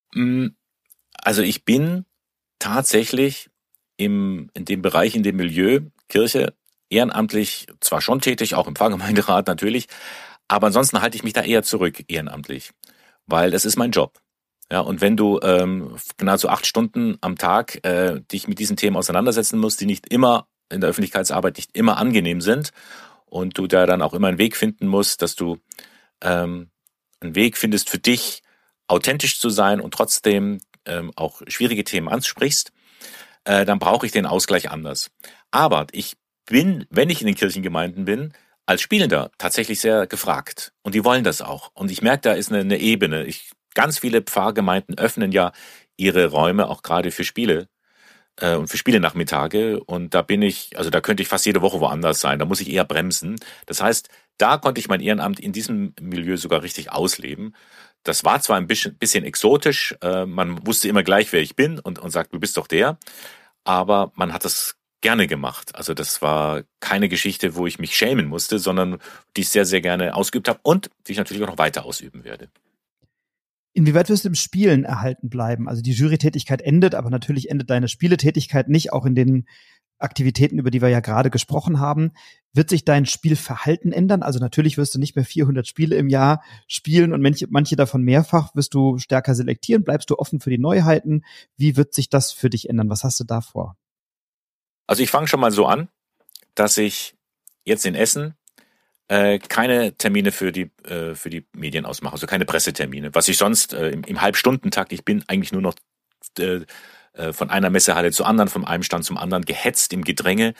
Also ich bin tatsächlich im, in dem Bereich, in dem Milieu Kirche ehrenamtlich zwar schon tätig, auch im Pfarrgemeinderat natürlich, aber ansonsten halte ich mich da eher zurück ehrenamtlich, weil es ist mein Job. Ja, und wenn du ähm, nahezu acht Stunden am Tag äh, dich mit diesen Themen auseinandersetzen musst, die nicht immer in der Öffentlichkeitsarbeit nicht immer angenehm sind und du da dann auch immer einen Weg finden musst, dass du ähm, einen Weg findest für dich, authentisch zu sein und trotzdem ähm, auch schwierige Themen ansprichst, äh, dann brauche ich den Ausgleich anders. Aber ich bin, wenn ich in den Kirchengemeinden bin, als Spielender tatsächlich sehr gefragt. Und die wollen das auch. Und ich merke, da ist eine, eine Ebene. Ich Ganz viele Pfarrgemeinden öffnen ja ihre Räume auch gerade für Spiele äh, und für Spielenachmittage. Und da bin ich, also da könnte ich fast jede Woche woanders sein. Da muss ich eher bremsen. Das heißt, da konnte ich mein Ehrenamt in diesem Milieu sogar richtig ausleben. Das war zwar ein bisschen, bisschen exotisch. Äh, man wusste immer gleich, wer ich bin und, und sagt, du bist doch der. Aber man hat das gerne gemacht. Also das war keine Geschichte, wo ich mich schämen musste, sondern die ich sehr, sehr gerne ausgeübt habe und die ich natürlich auch noch weiter ausüben werde. Inwieweit wirst du im Spielen erhalten bleiben? Also die Jurytätigkeit endet, aber natürlich endet deine Spieletätigkeit nicht, auch in den Aktivitäten, über die wir ja gerade gesprochen haben. Wird sich dein Spielverhalten ändern? Also natürlich wirst du nicht mehr vierhundert Spiele im Jahr spielen und manche, manche davon mehrfach. Wirst du stärker selektieren? Bleibst du offen für die Neuheiten? Wie wird sich das für dich ändern? Was hast du da vor? Also ich fange schon mal so an, dass ich jetzt in Essen äh, keine Termine für die äh, für die Medien ausmache, also keine Pressetermine. Was ich sonst äh, im, im Halbstundentakt, ich bin eigentlich nur noch äh, äh, von einer Messehalle zur anderen, von einem Stand zum anderen gehetzt im Gedränge,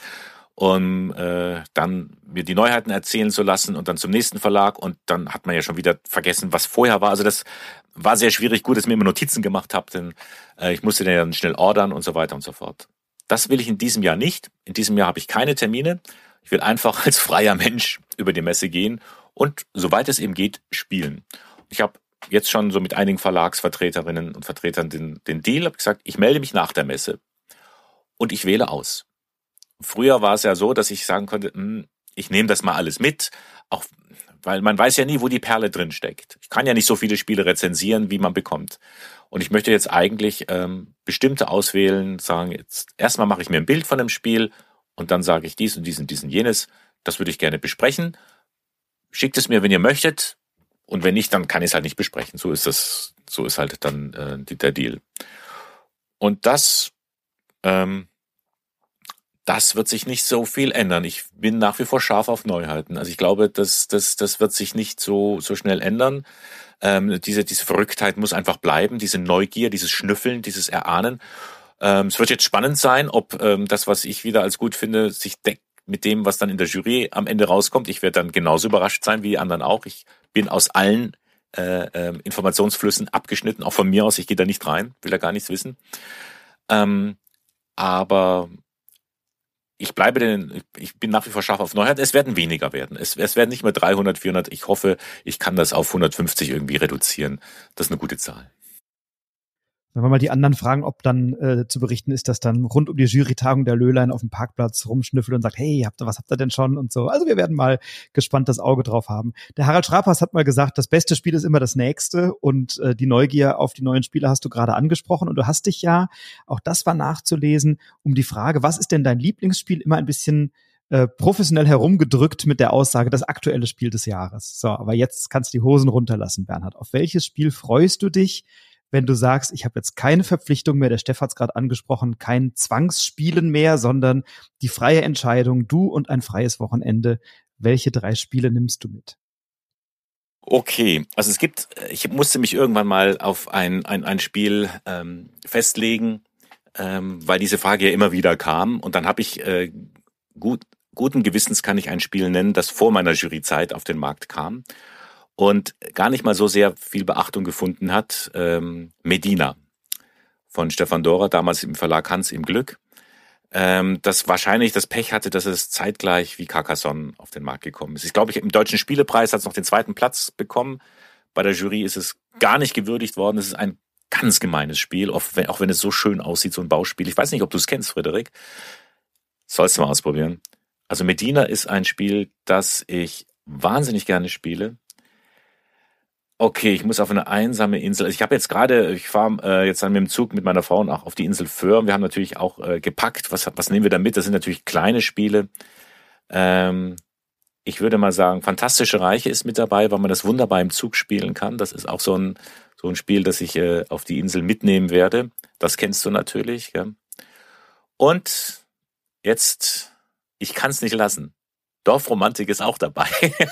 um äh, dann mir die Neuheiten erzählen zu lassen und dann zum nächsten Verlag und dann hat man ja schon wieder vergessen, was vorher war. Also das war sehr schwierig. Gut, dass ich mir immer Notizen gemacht habe, denn äh, ich musste dann schnell ordern und so weiter und so fort. Das will ich in diesem Jahr nicht. In diesem Jahr habe ich keine Termine. Ich will einfach als freier Mensch über die Messe gehen und, soweit es eben geht, spielen. Ich habe jetzt schon so mit einigen Verlagsvertreterinnen und Vertretern den, den Deal, habe gesagt, ich melde mich nach der Messe und ich wähle aus. früher war es ja so, dass ich sagen konnte, hm, ich nehme das mal alles mit, auch weil man weiß ja nie, wo die Perle drin steckt. Ich kann ja nicht so viele Spiele rezensieren, wie man bekommt. Und ich möchte jetzt eigentlich ähm, bestimmte auswählen, sagen, jetzt erstmal mache ich mir ein Bild von dem Spiel und dann sage ich dies und dies und dies und jenes. Das würde ich gerne besprechen. Schickt es mir, wenn ihr möchtet. Und wenn nicht, dann kann ich es halt nicht besprechen. So ist das, so ist halt dann äh, der Deal. Und das, ähm, das wird sich nicht so viel ändern. Ich bin nach wie vor scharf auf Neuheiten. Also ich glaube, das, das, das wird sich nicht so, so schnell ändern. Ähm, diese, diese Verrücktheit muss einfach bleiben, diese Neugier, dieses Schnüffeln, dieses Erahnen. Ähm, es wird jetzt spannend sein, ob ähm, das, was ich wieder als gut finde, sich deckt mit dem, was dann in der Jury am Ende rauskommt. Ich werde dann genauso überrascht sein wie die anderen auch. Ich bin aus allen äh, äh, Informationsflüssen abgeschnitten, auch von mir aus. Ich gehe da nicht rein, will da gar nichts wissen. Ähm, aber ich bleibe denn, ich bin nach wie vor scharf auf Neuheiten. Es werden weniger werden. Es, es werden nicht mehr dreihundert, vierhundert. Ich hoffe, ich kann das auf hundertfünfzig irgendwie reduzieren. Das ist eine gute Zahl. Wenn wir mal die anderen fragen, ob dann äh, zu berichten ist, dass dann rund um die Jurytagung der Löhlein auf dem Parkplatz rumschnüffelt und sagt, hey, habt ihr, was habt ihr denn schon und so. Also wir werden mal gespannt das Auge drauf haben. Der Harald Schrapers hat mal gesagt, das beste Spiel ist immer das nächste und äh, die Neugier auf die neuen Spiele hast du gerade angesprochen und du hast dich ja, auch das war nachzulesen, um die Frage, was ist denn dein Lieblingsspiel, immer ein bisschen äh, professionell herumgedrückt mit der Aussage, das aktuelle Spiel des Jahres. So, aber jetzt kannst du die Hosen runterlassen, Bernhard. Auf welches Spiel freust du dich, wenn du sagst, ich habe jetzt keine Verpflichtung mehr, der Steff hat es gerade angesprochen, kein Zwangsspielen mehr, sondern die freie Entscheidung, du und ein freies Wochenende. Welche drei Spiele nimmst du mit? Okay, also es gibt, ich musste mich irgendwann mal auf ein, ein, ein Spiel ähm, festlegen, ähm, weil diese Frage ja immer wieder kam. Und dann habe ich, äh, gut, guten Gewissens kann ich ein Spiel nennen, das vor meiner Juryzeit auf den Markt kam und gar nicht mal so sehr viel Beachtung gefunden hat, ähm, Medina von Stefan Dorer, damals im Verlag Hans im Glück, ähm, das wahrscheinlich das Pech hatte, dass es zeitgleich wie Carcassonne auf den Markt gekommen ist. Ich glaube, im Deutschen Spielepreis hat es noch den zweiten Platz bekommen. Bei der Jury ist es gar nicht gewürdigt worden. Es ist ein ganz gemeines Spiel, auch wenn, auch wenn es so schön aussieht, so ein Bauspiel. Ich weiß nicht, ob du es kennst, Frederik. Sollst du mal ausprobieren. Also Medina ist ein Spiel, das ich wahnsinnig gerne spiele. Okay, ich muss auf eine einsame Insel. Also ich habe jetzt gerade, ich fahre äh, jetzt dann mit dem Zug mit meiner Frau auch auf die Insel Föhr. Wir haben natürlich auch äh, gepackt. Was, was nehmen wir da mit? Das sind natürlich kleine Spiele. Ähm, ich würde mal sagen, Fantastische Reiche ist mit dabei, weil man das wunderbar im Zug spielen kann. Das ist auch so ein so ein Spiel, das ich äh, auf die Insel mitnehmen werde. Das kennst du natürlich. Ja? Und jetzt, ich kann es nicht lassen. Dorfromantik ist auch dabei.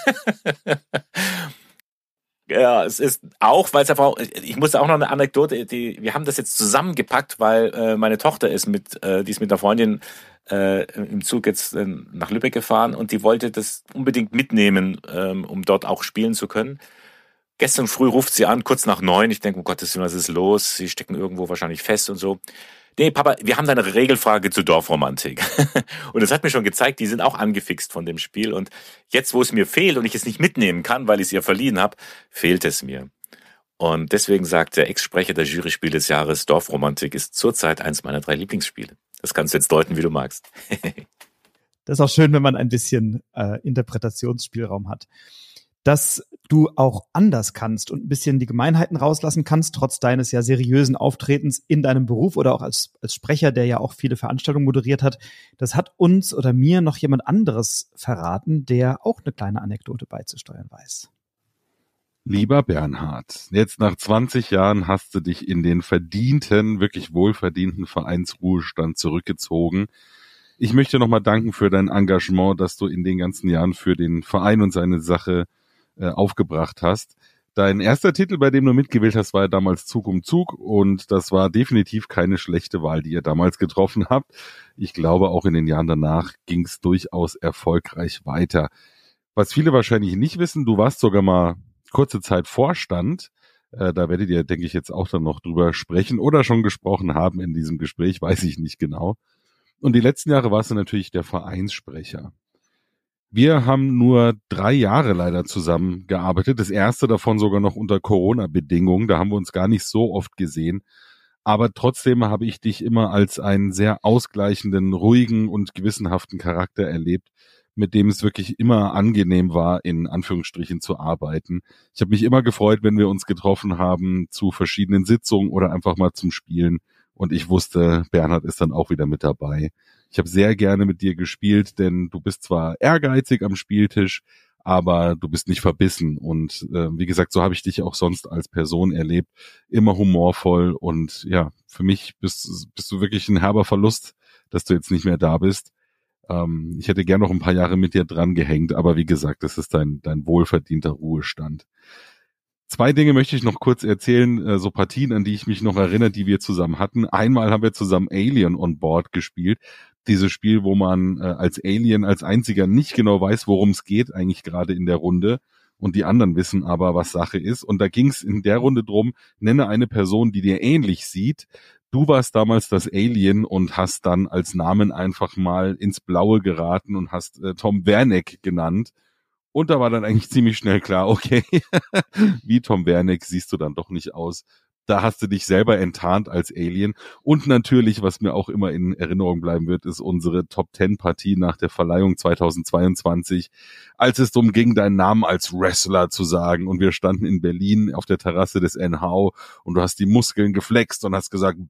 Ja, es ist auch, weil es einfach, ich musste auch noch eine Anekdote, die, wir haben das jetzt zusammengepackt, weil äh, meine Tochter ist mit, äh, die ist mit einer Freundin äh, im Zug jetzt äh, nach Lübeck gefahren und die wollte das unbedingt mitnehmen, ähm, um dort auch spielen zu können. Gestern früh ruft sie an, kurz nach neun. Ich denke, um Gottes Willen, was ist los? Sie stecken irgendwo wahrscheinlich fest und so. Nee, Papa, wir haben da eine Regelfrage zur Dorfromantik. Und das hat mir schon gezeigt, die sind auch angefixt von dem Spiel. Und jetzt, wo es mir fehlt und ich es nicht mitnehmen kann, weil ich es ihr verliehen habe, fehlt es mir. Und deswegen sagt der Ex-Sprecher der Juryspiel des Jahres, Dorfromantik ist zurzeit eins meiner drei Lieblingsspiele. Das kannst du jetzt deuten, wie du magst. Das ist auch schön, wenn man ein bisschen äh, Interpretationsspielraum hat. Dass du auch anders kannst und ein bisschen die Gemeinheiten rauslassen kannst, trotz deines ja seriösen Auftretens in deinem Beruf oder auch als, als Sprecher, der ja auch viele Veranstaltungen moderiert hat. Das hat uns oder mir noch jemand anderes verraten, der auch eine kleine Anekdote beizusteuern weiß. Lieber Bernhard, jetzt nach zwanzig Jahren hast du dich in den verdienten, wirklich wohlverdienten Vereinsruhestand zurückgezogen. Ich möchte nochmal danken für dein Engagement, das du in den ganzen Jahren für den Verein und seine Sache aufgebracht hast. Dein erster Titel, bei dem du mitgewählt hast, war ja damals Zug um Zug und das war definitiv keine schlechte Wahl, die ihr damals getroffen habt. Ich glaube, auch in den Jahren danach ging es durchaus erfolgreich weiter. Was viele wahrscheinlich nicht wissen, du warst sogar mal kurze Zeit Vorstand. Äh, da werdet ihr, denke ich, jetzt auch dann noch drüber sprechen oder schon gesprochen haben in diesem Gespräch, weiß ich nicht genau. Und die letzten Jahre warst du natürlich der Vereinssprecher. Wir haben nur drei Jahre leider zusammengearbeitet. Das erste davon sogar noch unter Corona-Bedingungen. Da haben wir uns gar nicht so oft gesehen. Aber trotzdem habe ich dich immer als einen sehr ausgleichenden, ruhigen und gewissenhaften Charakter erlebt, mit dem es wirklich immer angenehm war, in Anführungsstrichen zu arbeiten. Ich habe mich immer gefreut, wenn wir uns getroffen haben zu verschiedenen Sitzungen oder einfach mal zum Spielen. Und ich wusste, Bernhard ist dann auch wieder mit dabei. Ich habe sehr gerne mit dir gespielt, denn du bist zwar ehrgeizig am Spieltisch, aber du bist nicht verbissen. Und äh, wie gesagt, so habe ich dich auch sonst als Person erlebt. Immer humorvoll. Und ja, für mich bist, bist du wirklich ein herber Verlust, dass du jetzt nicht mehr da bist. Ähm, ich hätte gern noch ein paar Jahre mit dir dran gehängt, aber wie gesagt, das ist dein, dein wohlverdienter Ruhestand. Zwei Dinge möchte ich noch kurz erzählen, äh, so Partien, an die ich mich noch erinnere, die wir zusammen hatten. Einmal haben wir zusammen Alien on Board gespielt. Dieses Spiel, wo man äh, als Alien, als einziger nicht genau weiß, worum es geht, eigentlich gerade in der Runde. Und die anderen wissen aber, was Sache ist. Und da ging es in der Runde drum, nenne eine Person, die dir ähnlich sieht. Du warst damals das Alien und hast dann als Namen einfach mal ins Blaue geraten und hast äh, Tom Werneck genannt. Und da war dann eigentlich ziemlich schnell klar, okay, wie Tom Werneck siehst du dann doch nicht aus. Da hast du dich selber enttarnt als Alien. Und natürlich, was mir auch immer in Erinnerung bleiben wird, ist unsere Top-Ten-Partie nach der Verleihung zweitausendzweiundzwanzig, als es darum ging, deinen Namen als Wrestler zu sagen. Und wir standen in Berlin auf der Terrasse des N H und du hast die Muskeln geflext und hast gesagt,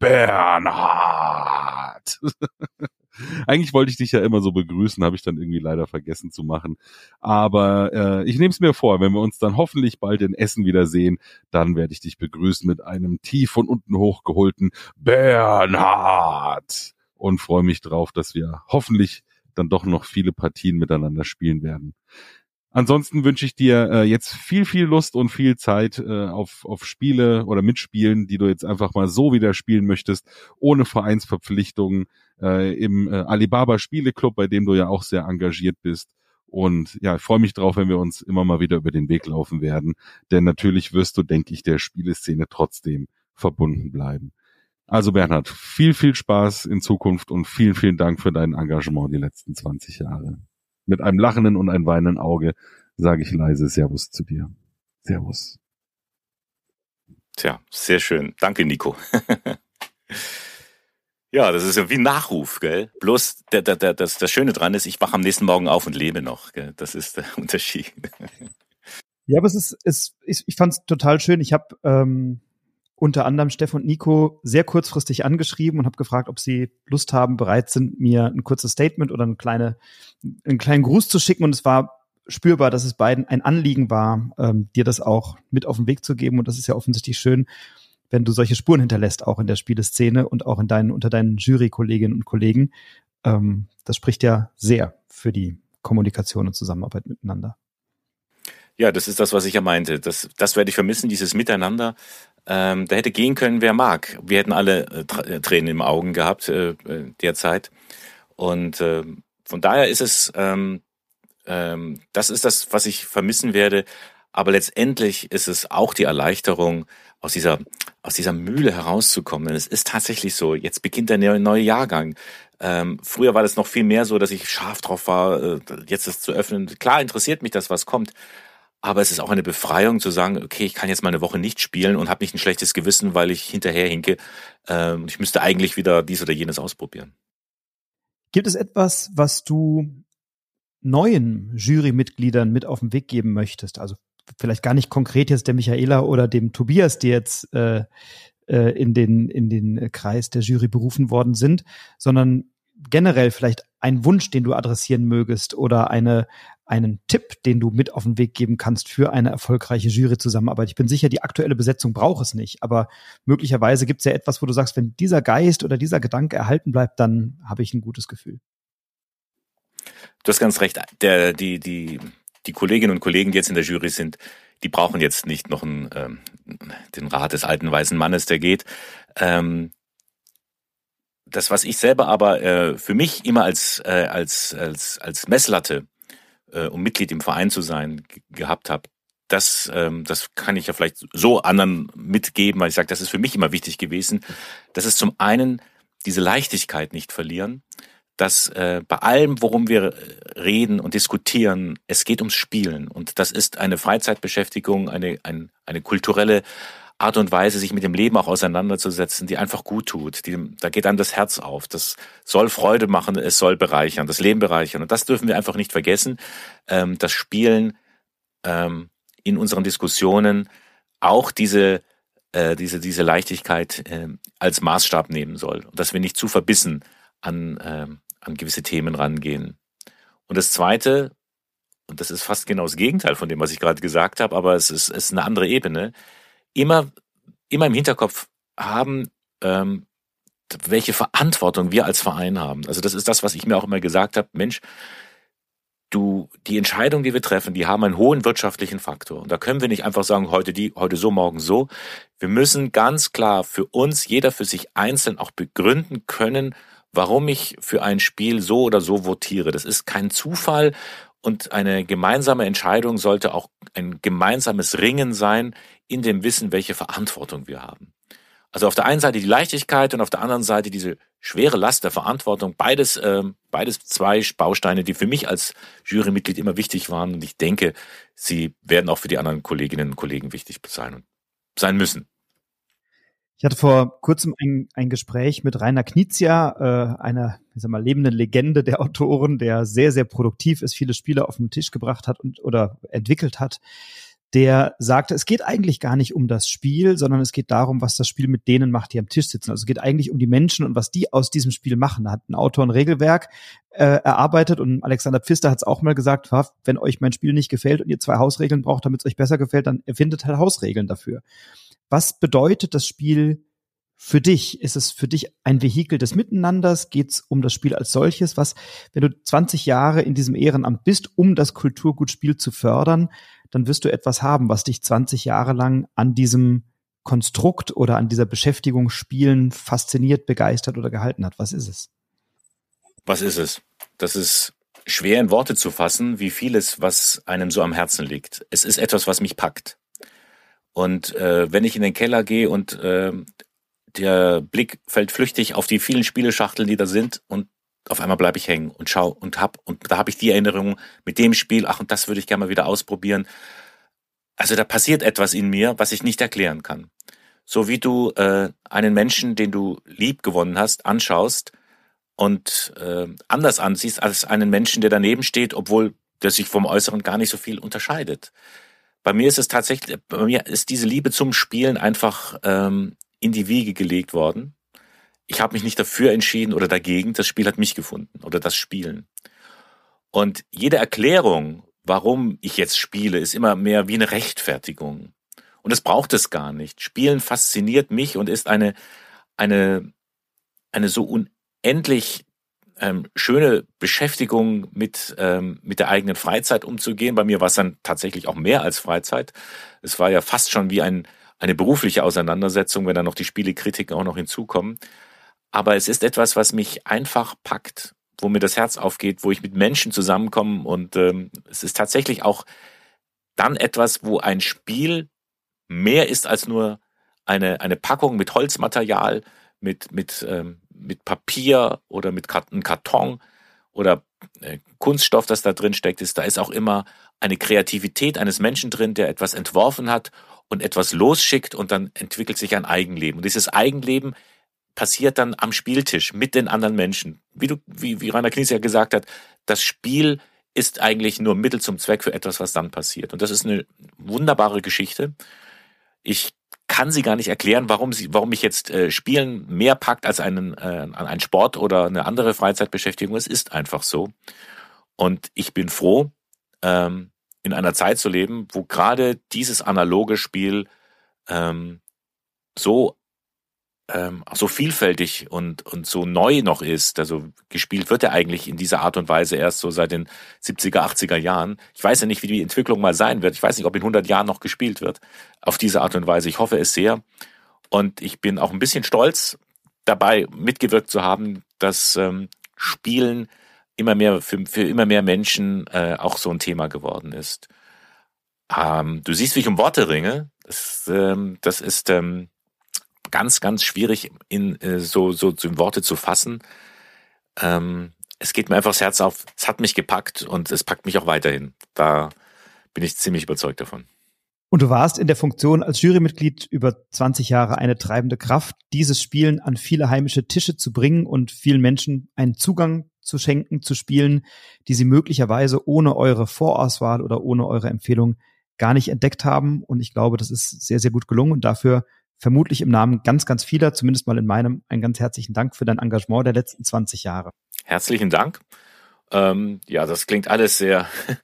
Bernhard. Eigentlich wollte ich dich ja immer so begrüßen, habe ich dann irgendwie leider vergessen zu machen. Aber äh, ich nehme es mir vor, wenn wir uns dann hoffentlich bald in Essen wiedersehen, dann werde ich dich begrüßen mit einem tief von unten hochgeholten Bernhard und freue mich drauf, dass wir hoffentlich dann doch noch viele Partien miteinander spielen werden. Ansonsten wünsche ich dir äh, jetzt viel, viel Lust und viel Zeit äh, auf, auf Spiele oder Mitspielen, die du jetzt einfach mal so wieder spielen möchtest, ohne Vereinsverpflichtungen, äh, im äh, Alibaba Spieleclub, bei dem du ja auch sehr engagiert bist. Und ja, ich freue mich drauf, wenn wir uns immer mal wieder über den Weg laufen werden. Denn natürlich wirst du, denke ich, der Spieleszene trotzdem verbunden bleiben. Also Bernhard, viel, viel Spaß in Zukunft und vielen, vielen Dank für dein Engagement die letzten zwanzig Jahre. Mit einem lachenden und einem weinenden Auge sage ich leise Servus zu dir. Servus. Tja, sehr schön. Danke, Nico. Ja, das ist ja wie ein Nachruf, gell? Bloß der, der, der, das, das Schöne dran ist, ich wache am nächsten Morgen auf und lebe noch, gell? Das ist der Unterschied. Ja, aber es ist, es, ich, ich fand es total schön. Ich habe ähm, unter anderem Steff und Nico sehr kurzfristig angeschrieben und habe gefragt, ob sie Lust haben, bereit sind, mir ein kurzes Statement oder eine kleine, einen kleinen Gruß zu schicken. Und es war spürbar, dass es beiden ein Anliegen war, ähm, dir das auch mit auf den Weg zu geben. Und das ist ja offensichtlich schön, wenn du solche Spuren hinterlässt, auch in der Spieleszene und auch in deinen, unter deinen Jurykolleginnen und Kollegen. Ähm, das spricht ja sehr für die Kommunikation und Zusammenarbeit miteinander. Ja, das ist das, was ich ja meinte. Das, das werde ich vermissen, dieses Miteinander. Ähm, da hätte gehen können, wer mag. Wir hätten alle äh, Tränen im Augen gehabt äh, derzeit. Und äh, von daher ist es, ähm, ähm, das ist das, was ich vermissen werde. Aber letztendlich ist es auch die Erleichterung, aus dieser aus dieser Mühle herauszukommen. Denn es ist tatsächlich so, jetzt beginnt der neue Jahrgang. Ähm, früher war das noch viel mehr so, dass ich scharf drauf war, äh, jetzt das zu öffnen. Klar interessiert mich das, was kommt. Aber es ist auch eine Befreiung zu sagen, okay, ich kann jetzt mal eine Woche nicht spielen und habe nicht ein schlechtes Gewissen, weil ich hinterher hinke. Ähm, ich müsste eigentlich wieder dies oder jenes ausprobieren. Gibt es etwas, was du neuen Jurymitgliedern mit auf den Weg geben möchtest? Also vielleicht gar nicht konkret jetzt der Michaela oder dem Tobias, die jetzt äh, äh, in den in den Kreis der Jury berufen worden sind, sondern generell vielleicht ein Wunsch, den du adressieren mögest oder eine einen Tipp, den du mit auf den Weg geben kannst für eine erfolgreiche Juryzusammenarbeit. Ich bin sicher, die aktuelle Besetzung braucht es nicht, aber möglicherweise gibt es ja etwas, wo du sagst, wenn dieser Geist oder dieser Gedanke erhalten bleibt, dann habe ich ein gutes Gefühl. Du hast ganz recht. Der, die, die, die Kolleginnen und Kollegen, die jetzt in der Jury sind, die brauchen jetzt nicht noch einen, ähm, den Rat des alten weißen Mannes, der geht. Ähm, das, was ich selber aber äh, für mich immer als, äh, als, als, als Messlatte, äh, um Mitglied im Verein zu sein, g- gehabt habe, das, ähm, das kann ich ja vielleicht so anderen mitgeben, weil ich sage, das ist für mich immer wichtig gewesen. Das ist zum einen diese Leichtigkeit nicht verlieren, dass äh, bei allem, worum wir reden und diskutieren, es geht ums Spielen. Und das ist eine Freizeitbeschäftigung, eine, ein, eine kulturelle Art und Weise, sich mit dem Leben auch auseinanderzusetzen, die einfach gut tut. Die, da geht einem das Herz auf. Das soll Freude machen, es soll bereichern, das Leben bereichern. Und das dürfen wir einfach nicht vergessen. Ähm, das Spielen ähm, in unseren Diskussionen auch diese äh, diese diese Leichtigkeit äh, als Maßstab nehmen soll. Und dass wir nicht zu verbissen an äh, an gewisse Themen rangehen. Und das Zweite, und das ist fast genau das Gegenteil von dem, was ich gerade gesagt habe, aber es ist, es ist eine andere Ebene, immer, immer im Hinterkopf haben, ähm, welche Verantwortung wir als Verein haben. Also das ist das, was ich mir auch immer gesagt habe, Mensch, du, die Entscheidungen, die wir treffen, die haben einen hohen wirtschaftlichen Faktor. Und da können wir nicht einfach sagen, heute die, heute so, morgen so. Wir müssen ganz klar für uns, jeder für sich einzeln auch begründen können, warum ich für ein Spiel so oder so votiere. Das ist kein Zufall. Und eine gemeinsame Entscheidung sollte auch ein gemeinsames Ringen sein, in dem Wissen, welche Verantwortung wir haben. Also auf der einen Seite die Leichtigkeit und auf der anderen Seite diese schwere Last der Verantwortung. Beides, äh, beides zwei Bausteine, die für mich als Jurymitglied immer wichtig waren. Und ich denke, sie werden auch für die anderen Kolleginnen und Kollegen wichtig sein und sein müssen. Ich hatte vor kurzem ein, ein Gespräch mit Rainer Knizia, äh, einer, ich sag mal, lebenden Legende der Autoren, der sehr, sehr produktiv ist, viele Spiele auf den Tisch gebracht hat und oder entwickelt hat. Der sagte, es geht eigentlich gar nicht um das Spiel, sondern es geht darum, was das Spiel mit denen macht, die am Tisch sitzen. Also es geht eigentlich um die Menschen und was die aus diesem Spiel machen. Da hat ein Autor ein Regelwerk äh, erarbeitet und Alexander Pfister hat es auch mal gesagt, wenn euch mein Spiel nicht gefällt und ihr zwei Hausregeln braucht, damit es euch besser gefällt, dann erfindet halt Hausregeln dafür. Was bedeutet das Spiel für dich? Ist es für dich ein Vehikel des Miteinanders? Geht es um das Spiel als solches? Was, wenn du zwanzig Jahre in diesem Ehrenamt bist, um das Kulturgutspiel zu fördern, dann wirst du etwas haben, was dich zwanzig Jahre lang an diesem Konstrukt oder an dieser Beschäftigung Spielen fasziniert, begeistert oder gehalten hat. Was ist es? Was ist es? Das ist schwer in Worte zu fassen, wie vieles, was einem so am Herzen liegt. Es ist etwas, was mich packt. Und äh, wenn ich in den Keller gehe und äh, der Blick fällt flüchtig auf die vielen Spieleschachteln, die da sind, und auf einmal bleibe ich hängen und schau und hab und da habe ich die Erinnerung mit dem Spiel, ach, und das würde ich gerne mal wieder ausprobieren. Also da passiert etwas in mir, was ich nicht erklären kann. So wie du äh, einen Menschen, den du lieb gewonnen hast, anschaust und äh, anders ansiehst als einen Menschen, der daneben steht, obwohl der sich vom Äußeren gar nicht so viel unterscheidet. Bei mir ist es tatsächlich, bei mir ist diese Liebe zum Spielen einfach ähm, in die Wiege gelegt worden. Ich habe mich nicht dafür entschieden oder dagegen, das Spiel hat mich gefunden oder das Spielen. Und jede Erklärung, warum ich jetzt spiele, ist immer mehr wie eine Rechtfertigung. Und das braucht es gar nicht. Spielen fasziniert mich und ist eine, eine, eine so unendlich ähm, schöne Beschäftigung mit, ähm, mit der eigenen Freizeit umzugehen. Bei mir war es dann tatsächlich auch mehr als Freizeit. Es war ja fast schon wie ein, eine berufliche Auseinandersetzung, wenn dann noch die Spielekritiken auch noch hinzukommen. Aber es ist etwas, was mich einfach packt, wo mir das Herz aufgeht, wo ich mit Menschen zusammenkomme. Und ähm, es ist tatsächlich auch dann etwas, wo ein Spiel mehr ist als nur eine, eine Packung mit Holzmaterial, mit, mit, ähm, mit Papier oder mit einem Karton oder äh, Kunststoff, das da drin steckt. Ist, da ist auch immer eine Kreativität eines Menschen drin, der etwas entworfen hat und etwas losschickt und dann entwickelt sich ein Eigenleben. Und dieses Eigenleben passiert dann am Spieltisch mit den anderen Menschen. Wie du, wie, wie Rainer Knizia gesagt hat, das Spiel ist eigentlich nur Mittel zum Zweck für etwas, was dann passiert. Und das ist eine wunderbare Geschichte. Ich kann sie gar nicht erklären, warum sie, warum mich jetzt äh, Spielen mehr packt als einen, äh, einen Sport oder eine andere Freizeitbeschäftigung. Es ist einfach so. Und ich bin froh, ähm, in einer Zeit zu leben, wo gerade dieses analoge Spiel ähm, so ähm, so vielfältig und und so neu noch ist. Also gespielt wird ja eigentlich in dieser Art und Weise erst so seit den siebziger, achtziger Jahren. Ich weiß ja nicht, wie die Entwicklung mal sein wird. Ich weiß nicht, ob in hundert Jahren noch gespielt wird auf diese Art und Weise. Ich hoffe es sehr. Und ich bin auch ein bisschen stolz, dabei mitgewirkt zu haben, dass ähm, Spielen immer mehr für, für immer mehr Menschen äh, auch so ein Thema geworden ist. Ähm, du siehst, wie ich um Worte ringe. Das, ähm, das ist ähm, ganz, ganz schwierig in äh, so so in Worte zu fassen. Ähm, es geht mir einfach das Herz auf. Es hat mich gepackt und es packt mich auch weiterhin. Da bin ich ziemlich überzeugt davon. Und du warst in der Funktion als Jurymitglied über zwanzig Jahre eine treibende Kraft, dieses Spielen an viele heimische Tische zu bringen und vielen Menschen einen Zugang zu schenken, zu Spielen, die sie möglicherweise ohne eure Vorauswahl oder ohne eure Empfehlung gar nicht entdeckt haben. Und ich glaube, das ist sehr, sehr gut gelungen und dafür vermutlich im Namen ganz, ganz vieler, zumindest mal in meinem, einen ganz herzlichen Dank für dein Engagement der letzten zwanzig Jahre. Herzlichen Dank. Ähm, ja, das klingt alles sehr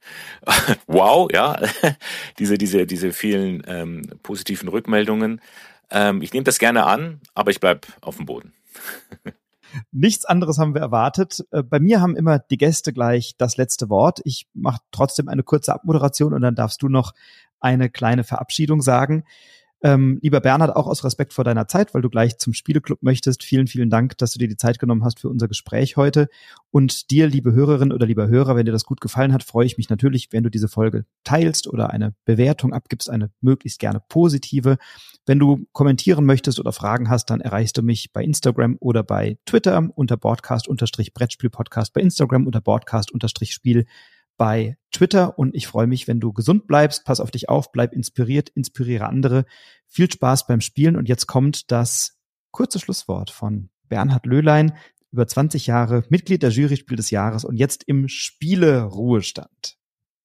wow, ja, diese diese diese vielen ähm, positiven Rückmeldungen. Ähm, ich nehme das gerne an, aber ich bleib auf dem Boden. Nichts anderes haben wir erwartet. Bei mir haben immer die Gäste gleich das letzte Wort. Ich mache trotzdem eine kurze Abmoderation und dann darfst du noch eine kleine Verabschiedung sagen. Ähm, lieber Bernhard, auch aus Respekt vor deiner Zeit, weil du gleich zum Spieleclub möchtest. Vielen, vielen Dank, dass du dir die Zeit genommen hast für unser Gespräch heute. Und dir, liebe Hörerin oder lieber Hörer, wenn dir das gut gefallen hat, freue ich mich natürlich, wenn du diese Folge teilst oder eine Bewertung abgibst, eine möglichst gerne positive. Wenn du kommentieren möchtest oder Fragen hast, dann erreichst du mich bei Instagram oder bei Twitter unter Broadcast-Brettspiel-Podcast, bei Instagram unter Broadcast-Spiel bei Twitter und ich freue mich, wenn du gesund bleibst, pass auf dich auf, bleib inspiriert, inspiriere andere. Viel Spaß beim Spielen und jetzt kommt das kurze Schlusswort von Bernhard Löhlein, über zwanzig Jahre Mitglied der Jury Spiel des Jahres und jetzt im Spiele-Ruhestand.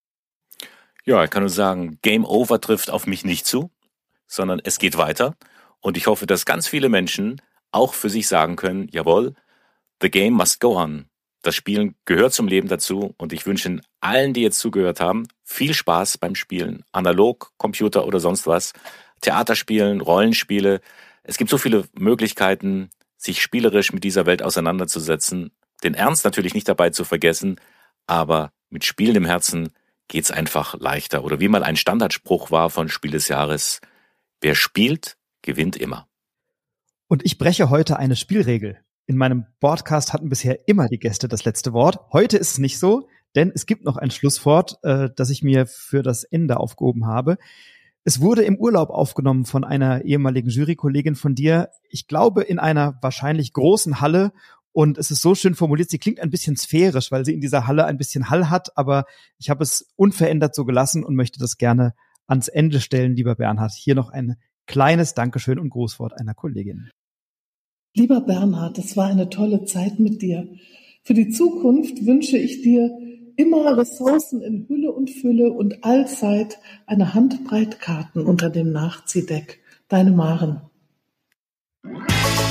Ja, ich kann nur sagen, Game Over trifft auf mich nicht zu, sondern es geht weiter und ich hoffe, dass ganz viele Menschen auch für sich sagen können, jawohl, the game must go on. Das Spielen gehört zum Leben dazu und ich wünsche allen, die jetzt zugehört haben, viel Spaß beim Spielen. Analog, Computer oder sonst was. Theaterspielen, Rollenspiele. Es gibt so viele Möglichkeiten, sich spielerisch mit dieser Welt auseinanderzusetzen. Den Ernst natürlich nicht dabei zu vergessen, aber mit Spielen im Herzen geht's einfach leichter. Oder wie mal ein Standardspruch war von Spiel des Jahres, wer spielt, gewinnt immer. Und ich breche heute eine Spielregel. In meinem Podcast hatten bisher immer die Gäste das letzte Wort. Heute ist es nicht so, denn es gibt noch ein Schlusswort, äh, das ich mir für das Ende aufgehoben habe. Es wurde im Urlaub aufgenommen von einer ehemaligen Jurykollegin von dir. Ich glaube, in einer wahrscheinlich großen Halle. Und es ist so schön formuliert, sie klingt ein bisschen sphärisch, weil sie in dieser Halle ein bisschen Hall hat. Aber ich habe es unverändert so gelassen und möchte das gerne ans Ende stellen, lieber Bernhard. Hier noch ein kleines Dankeschön und Grußwort einer Kollegin. Lieber Bernhard, es war eine tolle Zeit mit dir. Für die Zukunft wünsche ich dir immer Ressourcen in Hülle und Fülle und allzeit eine Handbreit Karten unter dem Nachziehdeck. Deine Maren.